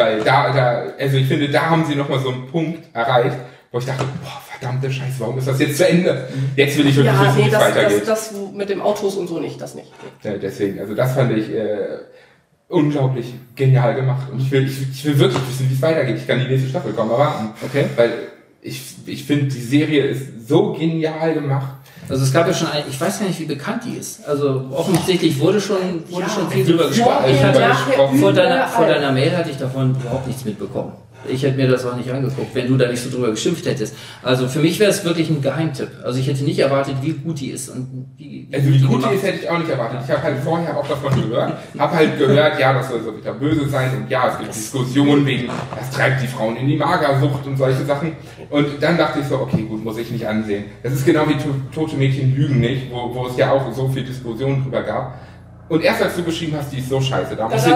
Speaker 3: also ich finde, da haben sie nochmal so einen Punkt erreicht, wo ich dachte, boah, verdammte Scheiße, warum ist das jetzt zu Ende? Jetzt will ich wirklich wissen, wie es weitergeht.
Speaker 4: Das mit dem Autos und so nicht, das nicht.
Speaker 3: Ja, deswegen, also das fand ich unglaublich genial gemacht. Und ich will wirklich wissen, wie es weitergeht. Ich kann die nächste Staffel kaum erwarten. Okay. Weil ich finde, die Serie ist so genial gemacht.
Speaker 1: Also es gab ja schon ich weiß gar nicht, wie bekannt die ist. Also offensichtlich wurde schon viel drüber gesprochen. Vor deiner Mail hatte ich davon überhaupt nichts mitbekommen. Ich hätte mir das auch nicht angeguckt, wenn du da nicht so drüber geschimpft hättest. Also für mich wäre es wirklich ein Geheimtipp. Also ich hätte nicht erwartet, wie gut die ist. Und wie
Speaker 3: gut die ist, hätte ich auch nicht erwartet. Ich habe halt vorher auch davon gehört. Habe halt gehört, ja, das soll so wieder böse sein. Und ja, es gibt Diskussionen wegen, das treibt die Frauen in die Magersucht und solche Sachen. Und dann dachte ich so, okay, gut, muss ich nicht ansehen. Das ist genau wie Tote Mädchen lügen nicht, wo es ja auch so viel Diskussion drüber gab. Und erst als du geschrieben hast, die ist so scheiße, da muss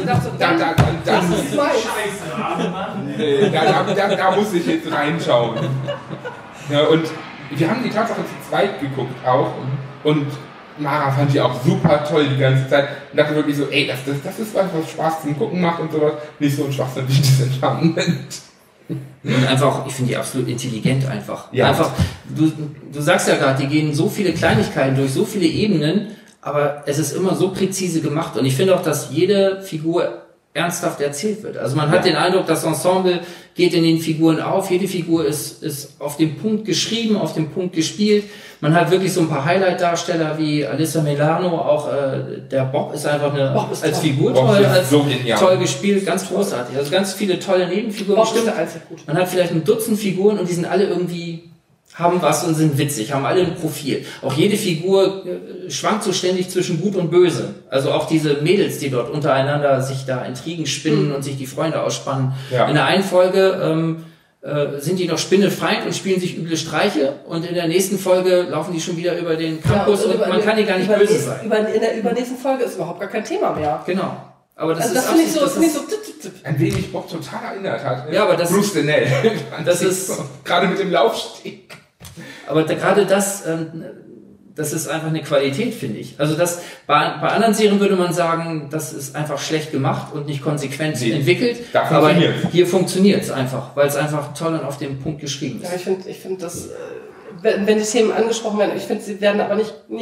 Speaker 3: ich jetzt reinschauen. Ja, und wir haben die Tatsache zu zweit geguckt auch und Mara fand die auch super toll die ganze Zeit und dachte wirklich so, ey, das ist was Spaß zum Gucken macht und sowas, nicht so ein Schwachsinn wie das Enchantment.
Speaker 1: Und einfach, ich finde die absolut intelligent einfach.
Speaker 3: Ja.
Speaker 1: Einfach, du sagst ja gerade, die gehen so viele Kleinigkeiten durch, so viele Ebenen, aber es ist immer so präzise gemacht und ich finde auch, dass jede Figur ernsthaft erzählt wird. Also man hat den Eindruck, das Ensemble geht in den Figuren auf, jede Figur ist auf den Punkt geschrieben, auf den Punkt gespielt. Man hat wirklich so ein paar Highlight-Darsteller wie Alyssa Milano, auch der Bob ist einfach als Figur toll gespielt, ganz großartig. Also ganz viele tolle Nebenfiguren.
Speaker 4: Bob ist der einzig gut.
Speaker 1: Man hat vielleicht ein Dutzend Figuren und die sind alle irgendwie haben was und sind witzig, haben alle ein Profil. Auch jede Figur schwankt so ständig zwischen Gut und Böse. Also auch diese Mädels, die dort untereinander sich da Intrigen spinnen und sich die Freunde ausspannen. Ja. In der einen Folge sind die noch spinnefeind und spielen sich üble Streiche und in der nächsten Folge laufen die schon wieder über den Campus und man kann die gar nicht böse sein.
Speaker 4: In der übernächsten Folge ist überhaupt gar kein Thema mehr.
Speaker 1: Genau. Aber das
Speaker 4: also
Speaker 1: ist
Speaker 4: das finde ich so
Speaker 3: ein wenig Bob total erinnert hat.
Speaker 1: Ja, aber das
Speaker 3: Bruce Denell.
Speaker 1: Das ist
Speaker 3: gerade mit dem Laufsteg.
Speaker 1: Aber gerade das ist einfach eine Qualität, finde ich. Also bei anderen Serien würde man sagen, das ist einfach schlecht gemacht und nicht konsequent entwickelt. Aber hier funktioniert es einfach, weil es einfach toll und auf den Punkt geschrieben ist.
Speaker 4: Ja, ich finde, dass, wenn die Themen angesprochen werden, ich finde, sie werden aber nicht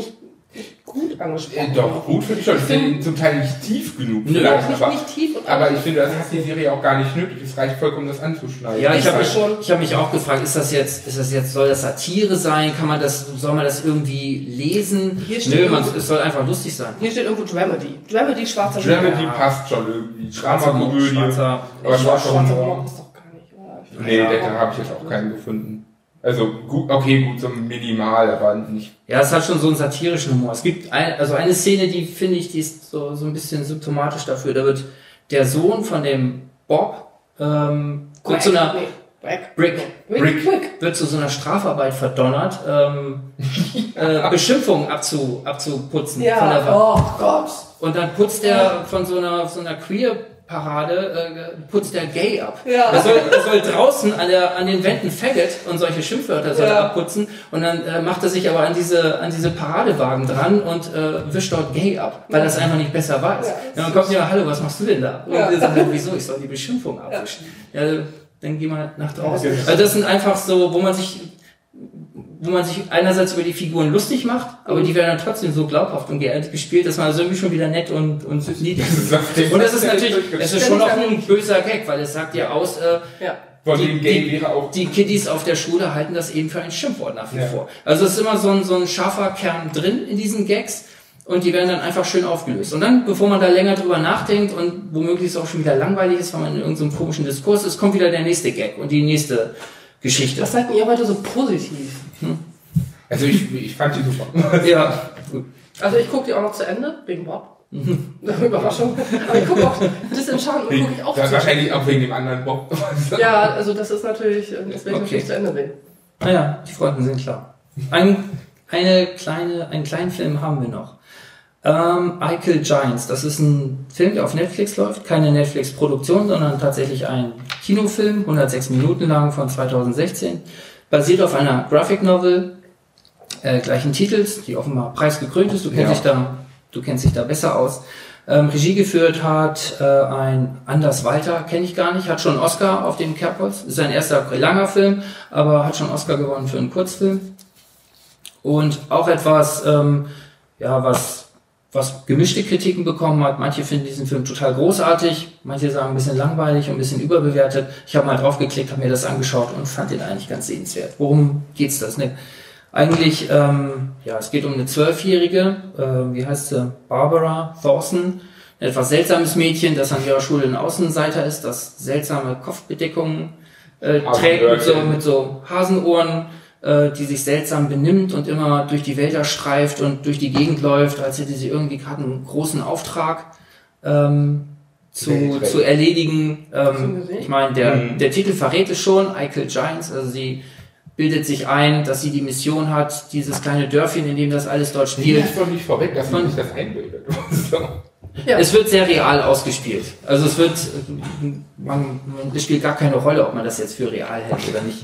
Speaker 4: gut angesprochen.
Speaker 3: Doch, gut finde ich schon. Ich finde zum Teil nicht tief genug.
Speaker 1: Nö,
Speaker 4: nicht tief.
Speaker 3: Aber ich finde, das hat die Serie auch gar nicht nötig. Es reicht vollkommen, das anzuschneiden.
Speaker 1: Ja, ich habe mich auch gefragt, soll das Satire sein? Soll man das irgendwie lesen? Es soll einfach lustig sein.
Speaker 4: Hier steht irgendwo Dramedy. Dramedy, schwarzer
Speaker 3: Dramedy passt schon irgendwie. Drama-Komödie. Aber schwarzer Humor
Speaker 4: ist doch gar nicht, oder?
Speaker 3: Nee, da habe ich jetzt auch keinen gefunden. Also gut, so minimal, aber nicht.
Speaker 1: Ja, es hat schon so einen satirischen Humor. Es gibt eine Szene, die finde ich, die ist so ein bisschen symptomatisch dafür. Da wird der Sohn von dem Bob wird zu einer wird zu so einer Strafarbeit verdonnert, Beschimpfungen abzuputzen von der Wand.
Speaker 4: Oh Gott.
Speaker 1: Und dann putzt er von so einer Queer-Parade putzt der Gay ab.
Speaker 4: Ja.
Speaker 1: Er soll draußen an den Wänden Faggot und solche Schimpfwörter soll er abputzen und dann macht er sich aber an diese Paradewagen dran und wischt dort Gay ab, weil er es einfach nicht besser weiß. Ja, dann kommt ja, hallo, was machst du denn da? Und er sagt, wieso, ich soll die Beschimpfung abwischen. Ja, dann geh mal nach draußen. Also das sind einfach so, wo man sich einerseits über die Figuren lustig macht, aber die werden dann trotzdem so glaubhaft und geerdet gespielt, dass man also irgendwie schon wieder nett und niedlich ist. Und das ist natürlich, es ist schon noch ein böser Gag, weil es sagt ja aus, die Kiddies auf der Schule halten das eben für ein Schimpfwort nach wie vor. Also es ist immer so ein scharfer Kern drin in diesen Gags und die werden dann einfach schön aufgelöst. Und dann, bevor man da länger drüber nachdenkt und womöglich es auch schon wieder langweilig ist, weil man in irgendeinem komischen Diskurs ist, kommt wieder der nächste Gag und die nächste Geschichte.
Speaker 4: Was sagt ihr heute so positiv?
Speaker 3: Also ich fand die super.
Speaker 1: Ja, gut.
Speaker 4: Also ich gucke die auch noch zu Ende, wegen Bob. Überraschung. Aber ich gucke auch, Disenchantment gucke ich auch zu Ende.
Speaker 3: Wahrscheinlich auch wegen dem anderen Bob.
Speaker 4: Ja, also das ist natürlich, das will ich natürlich zu Ende sehen.
Speaker 1: Naja, die Fronten sind klar. Einen kleinen Film haben wir noch. Eichel Giants, das ist ein Film, der auf Netflix läuft, keine Netflix-Produktion, sondern tatsächlich ein Kinofilm, 106 Minuten lang von 2016, basiert auf einer Graphic Novel gleichen Titels, die offenbar preisgekrönt ist, du kennst dich da besser aus. Regie geführt hat ein Anders Walter, kenne ich gar nicht, hat schon einen Oscar auf dem Kerbholz, ist sein erster langer Film, aber hat schon einen Oscar gewonnen für einen Kurzfilm. Und auch etwas, was gemischte Kritiken bekommen hat. Manche finden diesen Film total großartig, manche sagen ein bisschen langweilig und ein bisschen überbewertet. Ich habe mal drauf geklickt, habe mir das angeschaut und fand den eigentlich ganz sehenswert. Worum geht's das? Ne? Eigentlich, es geht um eine 12-Jährige, wie heißt sie? Barbara Thorson. Ein etwas seltsames Mädchen, das an ihrer Schule ein Außenseiter ist, das seltsame Kopfbedeckungen trägt mit so Hasenohren, die sich seltsam benimmt und immer durch die Wälder streift und durch die Gegend läuft, als hätte sie irgendwie gerade einen großen Auftrag zu erledigen. Ich meine, der Titel verrät es schon, Eichel Giants, also sie bildet sich ein, dass sie die Mission hat, dieses kleine Dörfchen, in dem das alles dort spielt.
Speaker 3: Das ist doch nicht vorweg, dass man sich das einbildet.
Speaker 1: Ja. Es wird sehr real ausgespielt. Also es spielt gar keine Rolle, ob man das jetzt für real hält oder nicht.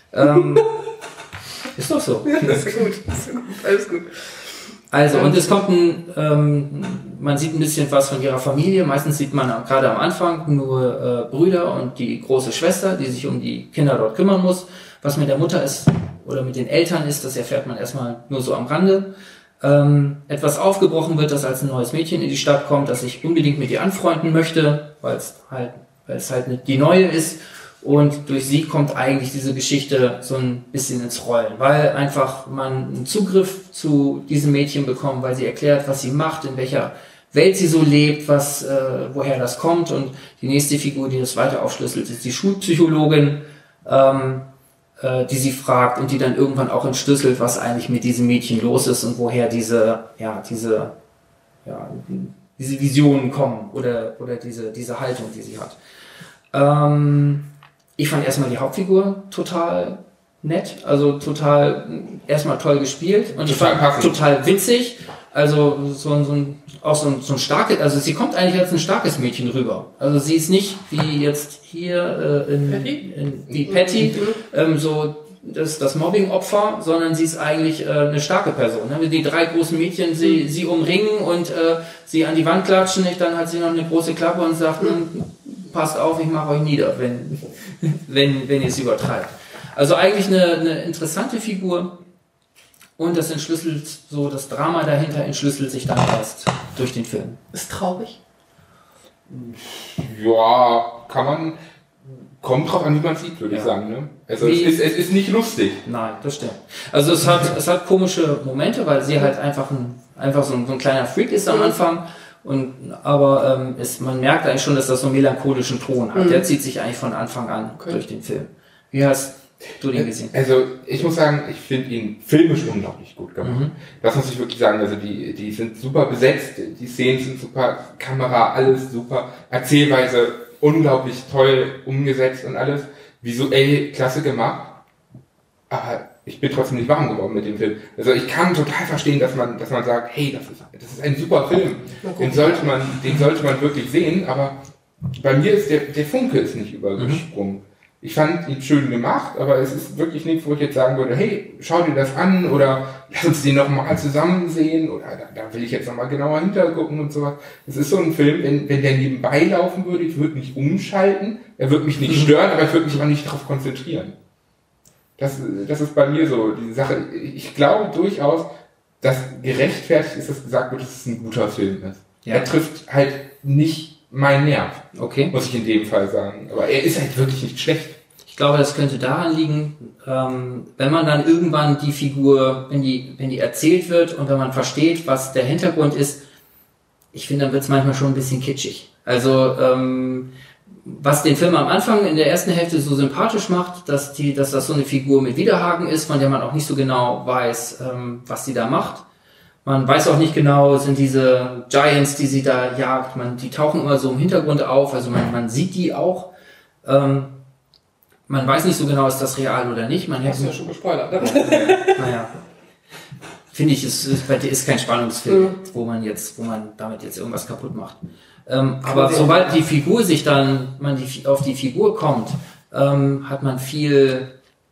Speaker 1: Ist doch so.
Speaker 4: Ja, das ist gut. Alles gut.
Speaker 1: Also, und es kommt man sieht ein bisschen was von ihrer Familie. Meistens sieht man gerade am Anfang nur Brüder und die große Schwester, die sich um die Kinder dort kümmern muss. Was mit der Mutter ist oder mit den Eltern ist, das erfährt man erstmal nur so am Rande. Etwas aufgebrochen wird, dass als ein neues Mädchen in die Stadt kommt, das sich unbedingt mit ihr anfreunden möchte, weil es halt die neue ist. Und durch sie kommt eigentlich diese Geschichte so ein bisschen ins Rollen, weil einfach man einen Zugriff zu diesem Mädchen bekommt, weil sie erklärt, was sie macht, in welcher Welt sie so lebt, woher das kommt. Und die nächste Figur, die das weiter aufschlüsselt, ist die Schulpsychologin, die sie fragt und die dann irgendwann auch entschlüsselt, was eigentlich mit diesem Mädchen los ist und woher diese Visionen kommen oder diese Haltung, die sie hat. Ich fand erstmal die Hauptfigur total nett, also erstmal toll gespielt und total witzig. Also so ein starkes, also sie kommt eigentlich als ein starkes Mädchen rüber. Also sie ist nicht wie jetzt hier wie Patty, so das Mobbing-Opfer, sondern sie ist eigentlich eine starke Person. Ne? Die drei großen Mädchen sie umringen und sie an die Wand klatschen, dann hat sie noch eine große Klappe und sagt, passt auf, ich mache euch nieder, wenn ihr es übertreibt. Also eigentlich eine interessante Figur. und das entschlüsselt so, das Drama dahinter entschlüsselt sich dann erst durch den Film.
Speaker 4: Ist traurig?
Speaker 3: Ja, kommt drauf an, wie man sieht, würde ich sagen. Ne? Also es ist nicht lustig.
Speaker 1: Nein, das stimmt. Also es hat komische Momente, weil sie halt einfach so ein kleiner Freak ist am Anfang. Aber man merkt eigentlich schon, dass das so einen melancholischen Ton hat. Der zieht sich eigentlich von Anfang an durch den Film. Wie hast du den gesehen?
Speaker 3: Also ich muss sagen, ich finde ihn filmisch unglaublich gut gemacht. Das muss ich wirklich sagen. Also die sind super besetzt, die Szenen sind super, Kamera, alles super, Erzählweise unglaublich toll umgesetzt und alles. Visuell klasse gemacht. Aber ich bin trotzdem nicht warm geworden mit dem Film. Also ich kann total verstehen, dass man sagt, hey, das ist ein super Film. Den sollte man wirklich sehen, aber bei mir ist der Funke ist nicht übergesprungen. Ich fand ihn schön gemacht, aber es ist wirklich nichts, wo ich jetzt sagen würde, hey, schau dir das an oder lass uns den nochmal zusammen sehen oder da will ich jetzt nochmal genauer hintergucken und sowas. Es ist so ein Film, wenn der nebenbei laufen würde, ich würde mich umschalten, er würde mich nicht stören, aber ich würde mich auch nicht darauf konzentrieren. Das ist bei mir so die Sache. Ich glaube durchaus, dass gerechtfertigt ist, dass gesagt wird, dass es ein guter Film ist. Ja. Er trifft halt nicht meinen Nerv, muss ich in dem Fall sagen. Aber er ist halt wirklich nicht schlecht.
Speaker 1: Ich glaube, das könnte daran liegen, wenn man dann irgendwann die Figur, wenn die erzählt wird und wenn man versteht, was der Hintergrund ist, ich finde, dann wird es manchmal schon ein bisschen kitschig. Also was den Film am Anfang in der ersten Hälfte so sympathisch macht, dass das so eine Figur mit Widerhaken ist, von der man auch nicht so genau weiß, was sie da macht. Man weiß auch nicht genau, sind diese Giants, die sie da jagt, die tauchen immer so im Hintergrund auf, also man sieht die auch. Man weiß nicht so genau, ist das real oder nicht.
Speaker 4: Hast du ja schon gespoilert.
Speaker 1: Naja. Finde ich, es ist kein Spannungsfilm, wo man damit jetzt irgendwas kaputt macht. Aber sobald die Figur auf die Figur kommt, hat man viel,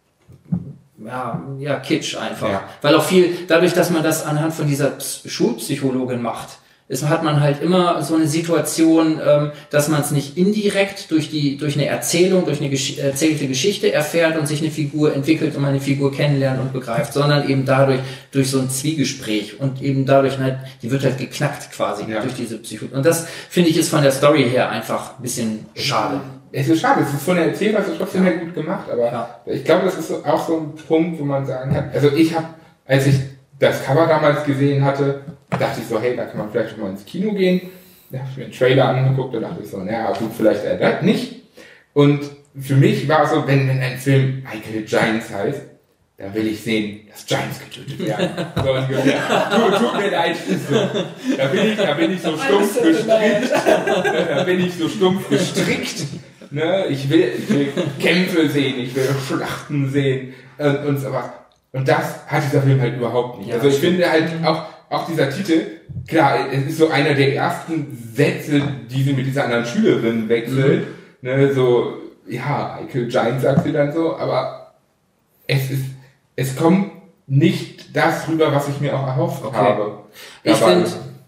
Speaker 1: Kitsch einfach. Ja. Weil auch viel, dadurch, dass man das anhand von dieser Schulpsychologin macht, hat man halt immer so eine Situation, dass man es nicht indirekt durch eine Erzählung, durch eine erzählte Geschichte erfährt und sich eine Figur entwickelt und man eine Figur kennenlernt und begreift, sondern eben durch so ein Zwiegespräch und eben dadurch halt, die wird halt geknackt quasi durch diese Psychologie. Und das, finde ich, ist von der Story her einfach ein bisschen schade.
Speaker 3: Es ist schade, es ist von der Erzählweise trotzdem sehr gut gemacht, aber ich glaube, das ist auch so ein Punkt, wo man sagen kann, also als ich das Cover damals gesehen hatte, dachte ich so, hey, da kann man vielleicht schon mal ins Kino gehen. Da habe ich mir einen Trailer angeguckt, da dachte ich so, naja, gut, vielleicht das nicht. Und für mich war es so, wenn ein Film Michael Giants heißt, da will ich sehen, dass Giants getötet werden. So ungefähr. Tut mir leid, ist so. Da bin ich so stumpf gestrickt. Da bin ich so stumpf gestrickt. Ne? Ich will Kämpfe sehen, ich will Schlachten sehen und so was. Und das hat dieser Film halt überhaupt nicht. Also ich finde halt auch dieser Titel, klar, es ist so einer der ersten Sätze, die sie mit dieser anderen Schülerin wechselt. Ne, so, ja, Michael Giant sagt sie dann so, aber es kommt nicht das rüber, was ich mir auch erhofft habe.
Speaker 1: Ich finde,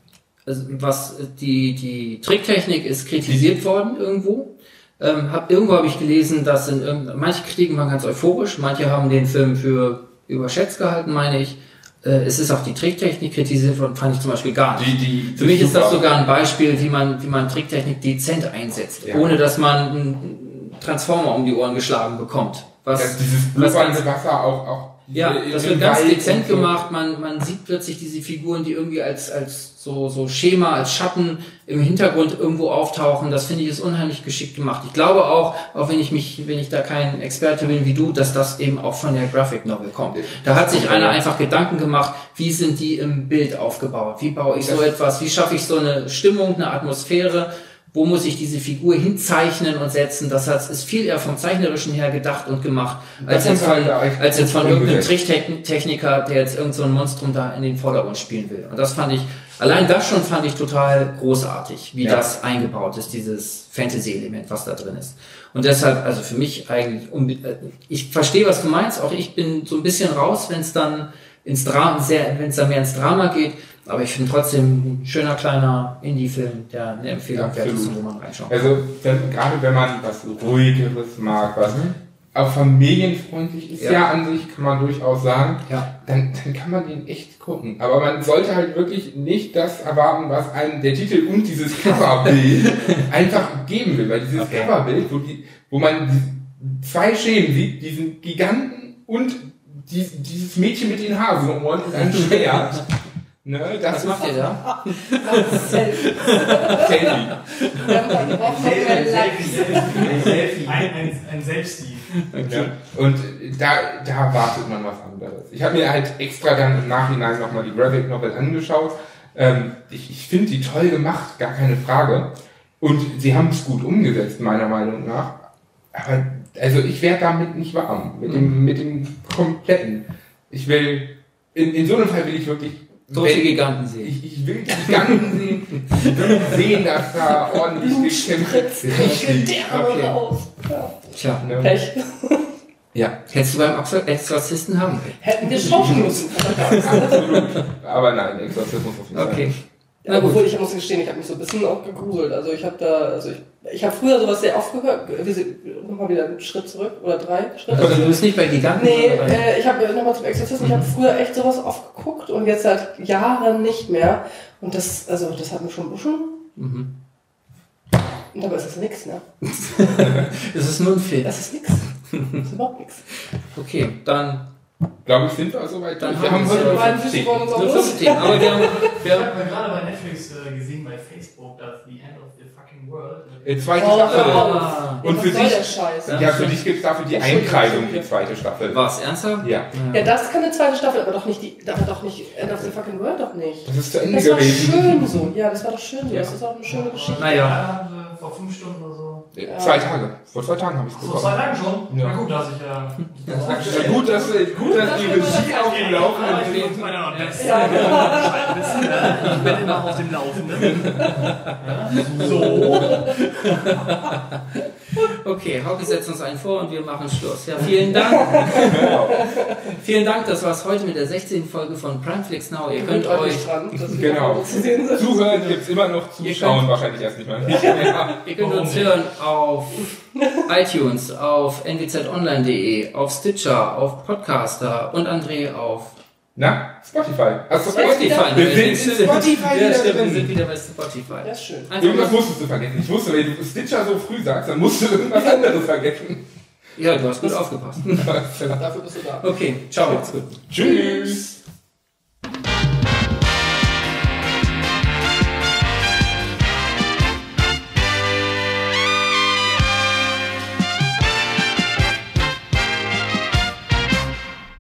Speaker 1: was die Tricktechnik ist kritisiert worden irgendwo. Irgendwo habe ich gelesen, dass manche Kritiken waren ganz euphorisch, manche haben den Film für überschätzt gehalten, meine ich. Es ist auch die Tricktechnik kritisiert worden, fand ich zum Beispiel gar nicht. Für mich ist das sogar ein Beispiel, wie man Tricktechnik dezent einsetzt, ohne dass man einen Transformer um die Ohren geschlagen bekommt.
Speaker 3: Dieses blubbernde Wasser auch
Speaker 1: das wird ganz dezent gemacht. Man sieht plötzlich diese Figuren, die irgendwie als so Schema, als Schatten im Hintergrund irgendwo auftauchen. Das finde ich ist unheimlich geschickt gemacht. Ich glaube auch wenn ich da kein Experte bin wie du, dass das eben auch von der Graphic Novel kommt. Da hat sich einer einfach Gedanken gemacht, wie sind die im Bild aufgebaut? Wie baue ich so etwas? Wie schaffe ich so eine Stimmung, eine Atmosphäre? Wo muss ich diese Figur hinzeichnen und setzen? Das ist viel eher vom Zeichnerischen her gedacht und gemacht, als jetzt von irgendeinem Tricktechniker, der jetzt irgend so ein Monstrum da in den Vordergrund spielen will. Und das fand ich total großartig, wie das eingebaut ist, dieses Fantasy-Element, was da drin ist. Und deshalb, also für mich eigentlich, ich verstehe, was du meinst, auch ich bin so ein bisschen raus, wenn es dann mehr ins Drama geht. Aber ich finde trotzdem ein schöner kleiner Indie-Film, der eine Empfehlung wert ist, wo man reinschaut.
Speaker 3: Also gerade wenn man was Ruhigeres mag, auch familienfreundlich ist ja an sich, kann man durchaus sagen, dann kann man den echt gucken. Aber man sollte halt wirklich nicht das erwarten, was einem der Titel und dieses Coverbild einfach geben will. Weil dieses Coverbild, wo man die 2 Schemen sieht, diesen Giganten und dieses Mädchen mit den Hasenohren und ein Schwert. Ne, das
Speaker 1: was macht ihr da?
Speaker 3: Selfie.
Speaker 2: Ein Selbststil.
Speaker 3: Okay. Ja. Und da wartet man was anderes. Ich habe mir halt extra dann im Nachhinein nochmal die Graphic Novel angeschaut. Ich finde die toll gemacht, gar keine Frage. Und sie haben es gut umgesetzt, meiner Meinung nach. Aber also ich werde damit nicht warm. Mit dem kompletten. Ich will, in so einem Fall will ich wirklich
Speaker 1: solche Giganten sehen.
Speaker 3: Ich will die Giganten sehen. Ich will sehen, dass da ordentlich gekämpft wird.
Speaker 4: Richtig. Okay.
Speaker 1: Tja,
Speaker 3: ne?
Speaker 4: Pech.
Speaker 3: Ja.
Speaker 1: Hättest du beim Exorzisten haben können.
Speaker 4: Hätten wir schauen müssen.
Speaker 3: Absolut. Aber nein, Exorzismus auf jeden Fall.
Speaker 1: Okay.
Speaker 4: Ja, obwohl, ich muss gestehen, ich habe mich so ein bisschen auch gegruselt. Also ich habe früher sowas sehr oft gehört. Nochmal wieder einen Schritt zurück oder 3 Schritte.
Speaker 1: Also du bist nicht bei Giganten?
Speaker 4: Nee, ich habe nochmal zum Exorzisten, ich habe früher echt sowas oft geguckt und jetzt seit Jahren nicht mehr. Und das hat mich schon ein bisschen.
Speaker 1: Mhm.
Speaker 4: Und dabei ist das nix, ne?
Speaker 1: Das ist nur ein Film.
Speaker 4: Das ist nix. Das ist überhaupt nix.
Speaker 1: Okay, dann
Speaker 3: glaube ich, sind wir soweit.
Speaker 1: Dann
Speaker 3: wir haben heute
Speaker 4: beiden Füße wollen uns auch los.
Speaker 1: Aber wir haben
Speaker 2: gerade bei Netflix gesehen, bei Facebook, dass The End of the Fucking World.
Speaker 3: Zweite Staffel.
Speaker 4: Und für
Speaker 3: dich,
Speaker 4: der Scheiß?
Speaker 3: Ja, für dich gibt es dafür die Einkreisung, die 2. Staffel.
Speaker 1: War es ernsthaft?
Speaker 3: Ja.
Speaker 4: Ja, das ist keine 2. Staffel, aber doch nicht End of the Fucking World, doch nicht.
Speaker 3: Das ist zu Ende
Speaker 4: Das war
Speaker 3: gewesen.
Speaker 4: schön so. Ja, das war doch schön so.
Speaker 1: Ja.
Speaker 4: Das ist auch eine schöne Geschichte.
Speaker 1: Naja.
Speaker 2: Vor 5 Stunden oder so.
Speaker 3: 2 Tage. Vor 2 Tagen habe ich es
Speaker 2: Vor
Speaker 3: bekommen.
Speaker 2: 2 Tagen schon?
Speaker 3: Ja.
Speaker 2: Na gut, dass ich
Speaker 3: Ja, gut, dass die Regie auf dem Laufenden steht.
Speaker 2: Ich bin immer auf dem Laufenden. So.
Speaker 1: Okay, Hauke setzt uns einen vor und wir machen Schluss. Ja, vielen Dank. Vielen Dank, das war's heute mit der 16. Folge von Primeflix Now. Ihr könnt euch
Speaker 3: Zuhören gibt es immer noch, zuschauen wahrscheinlich erst nicht mal.
Speaker 1: Ihr könnt uns hören auf iTunes, auf nwzonline.de, auf Stitcher, auf Podcaster und André auf
Speaker 3: Spotify. Also
Speaker 1: Spotify.
Speaker 3: Wir sind Spotify
Speaker 1: ja, stimmt, wir
Speaker 3: drin.
Speaker 1: sind wieder bei Spotify.
Speaker 4: Das ist schön.
Speaker 3: Irgendwas musstest du vergessen. Ich wusste, wenn du Stitcher so früh sagst, dann musst du irgendwas anderes vergessen.
Speaker 1: Ja, du hast gut aufgepasst.
Speaker 4: Dafür bist du da.
Speaker 1: Okay, ciao. Macht's gut.
Speaker 3: Tschüss.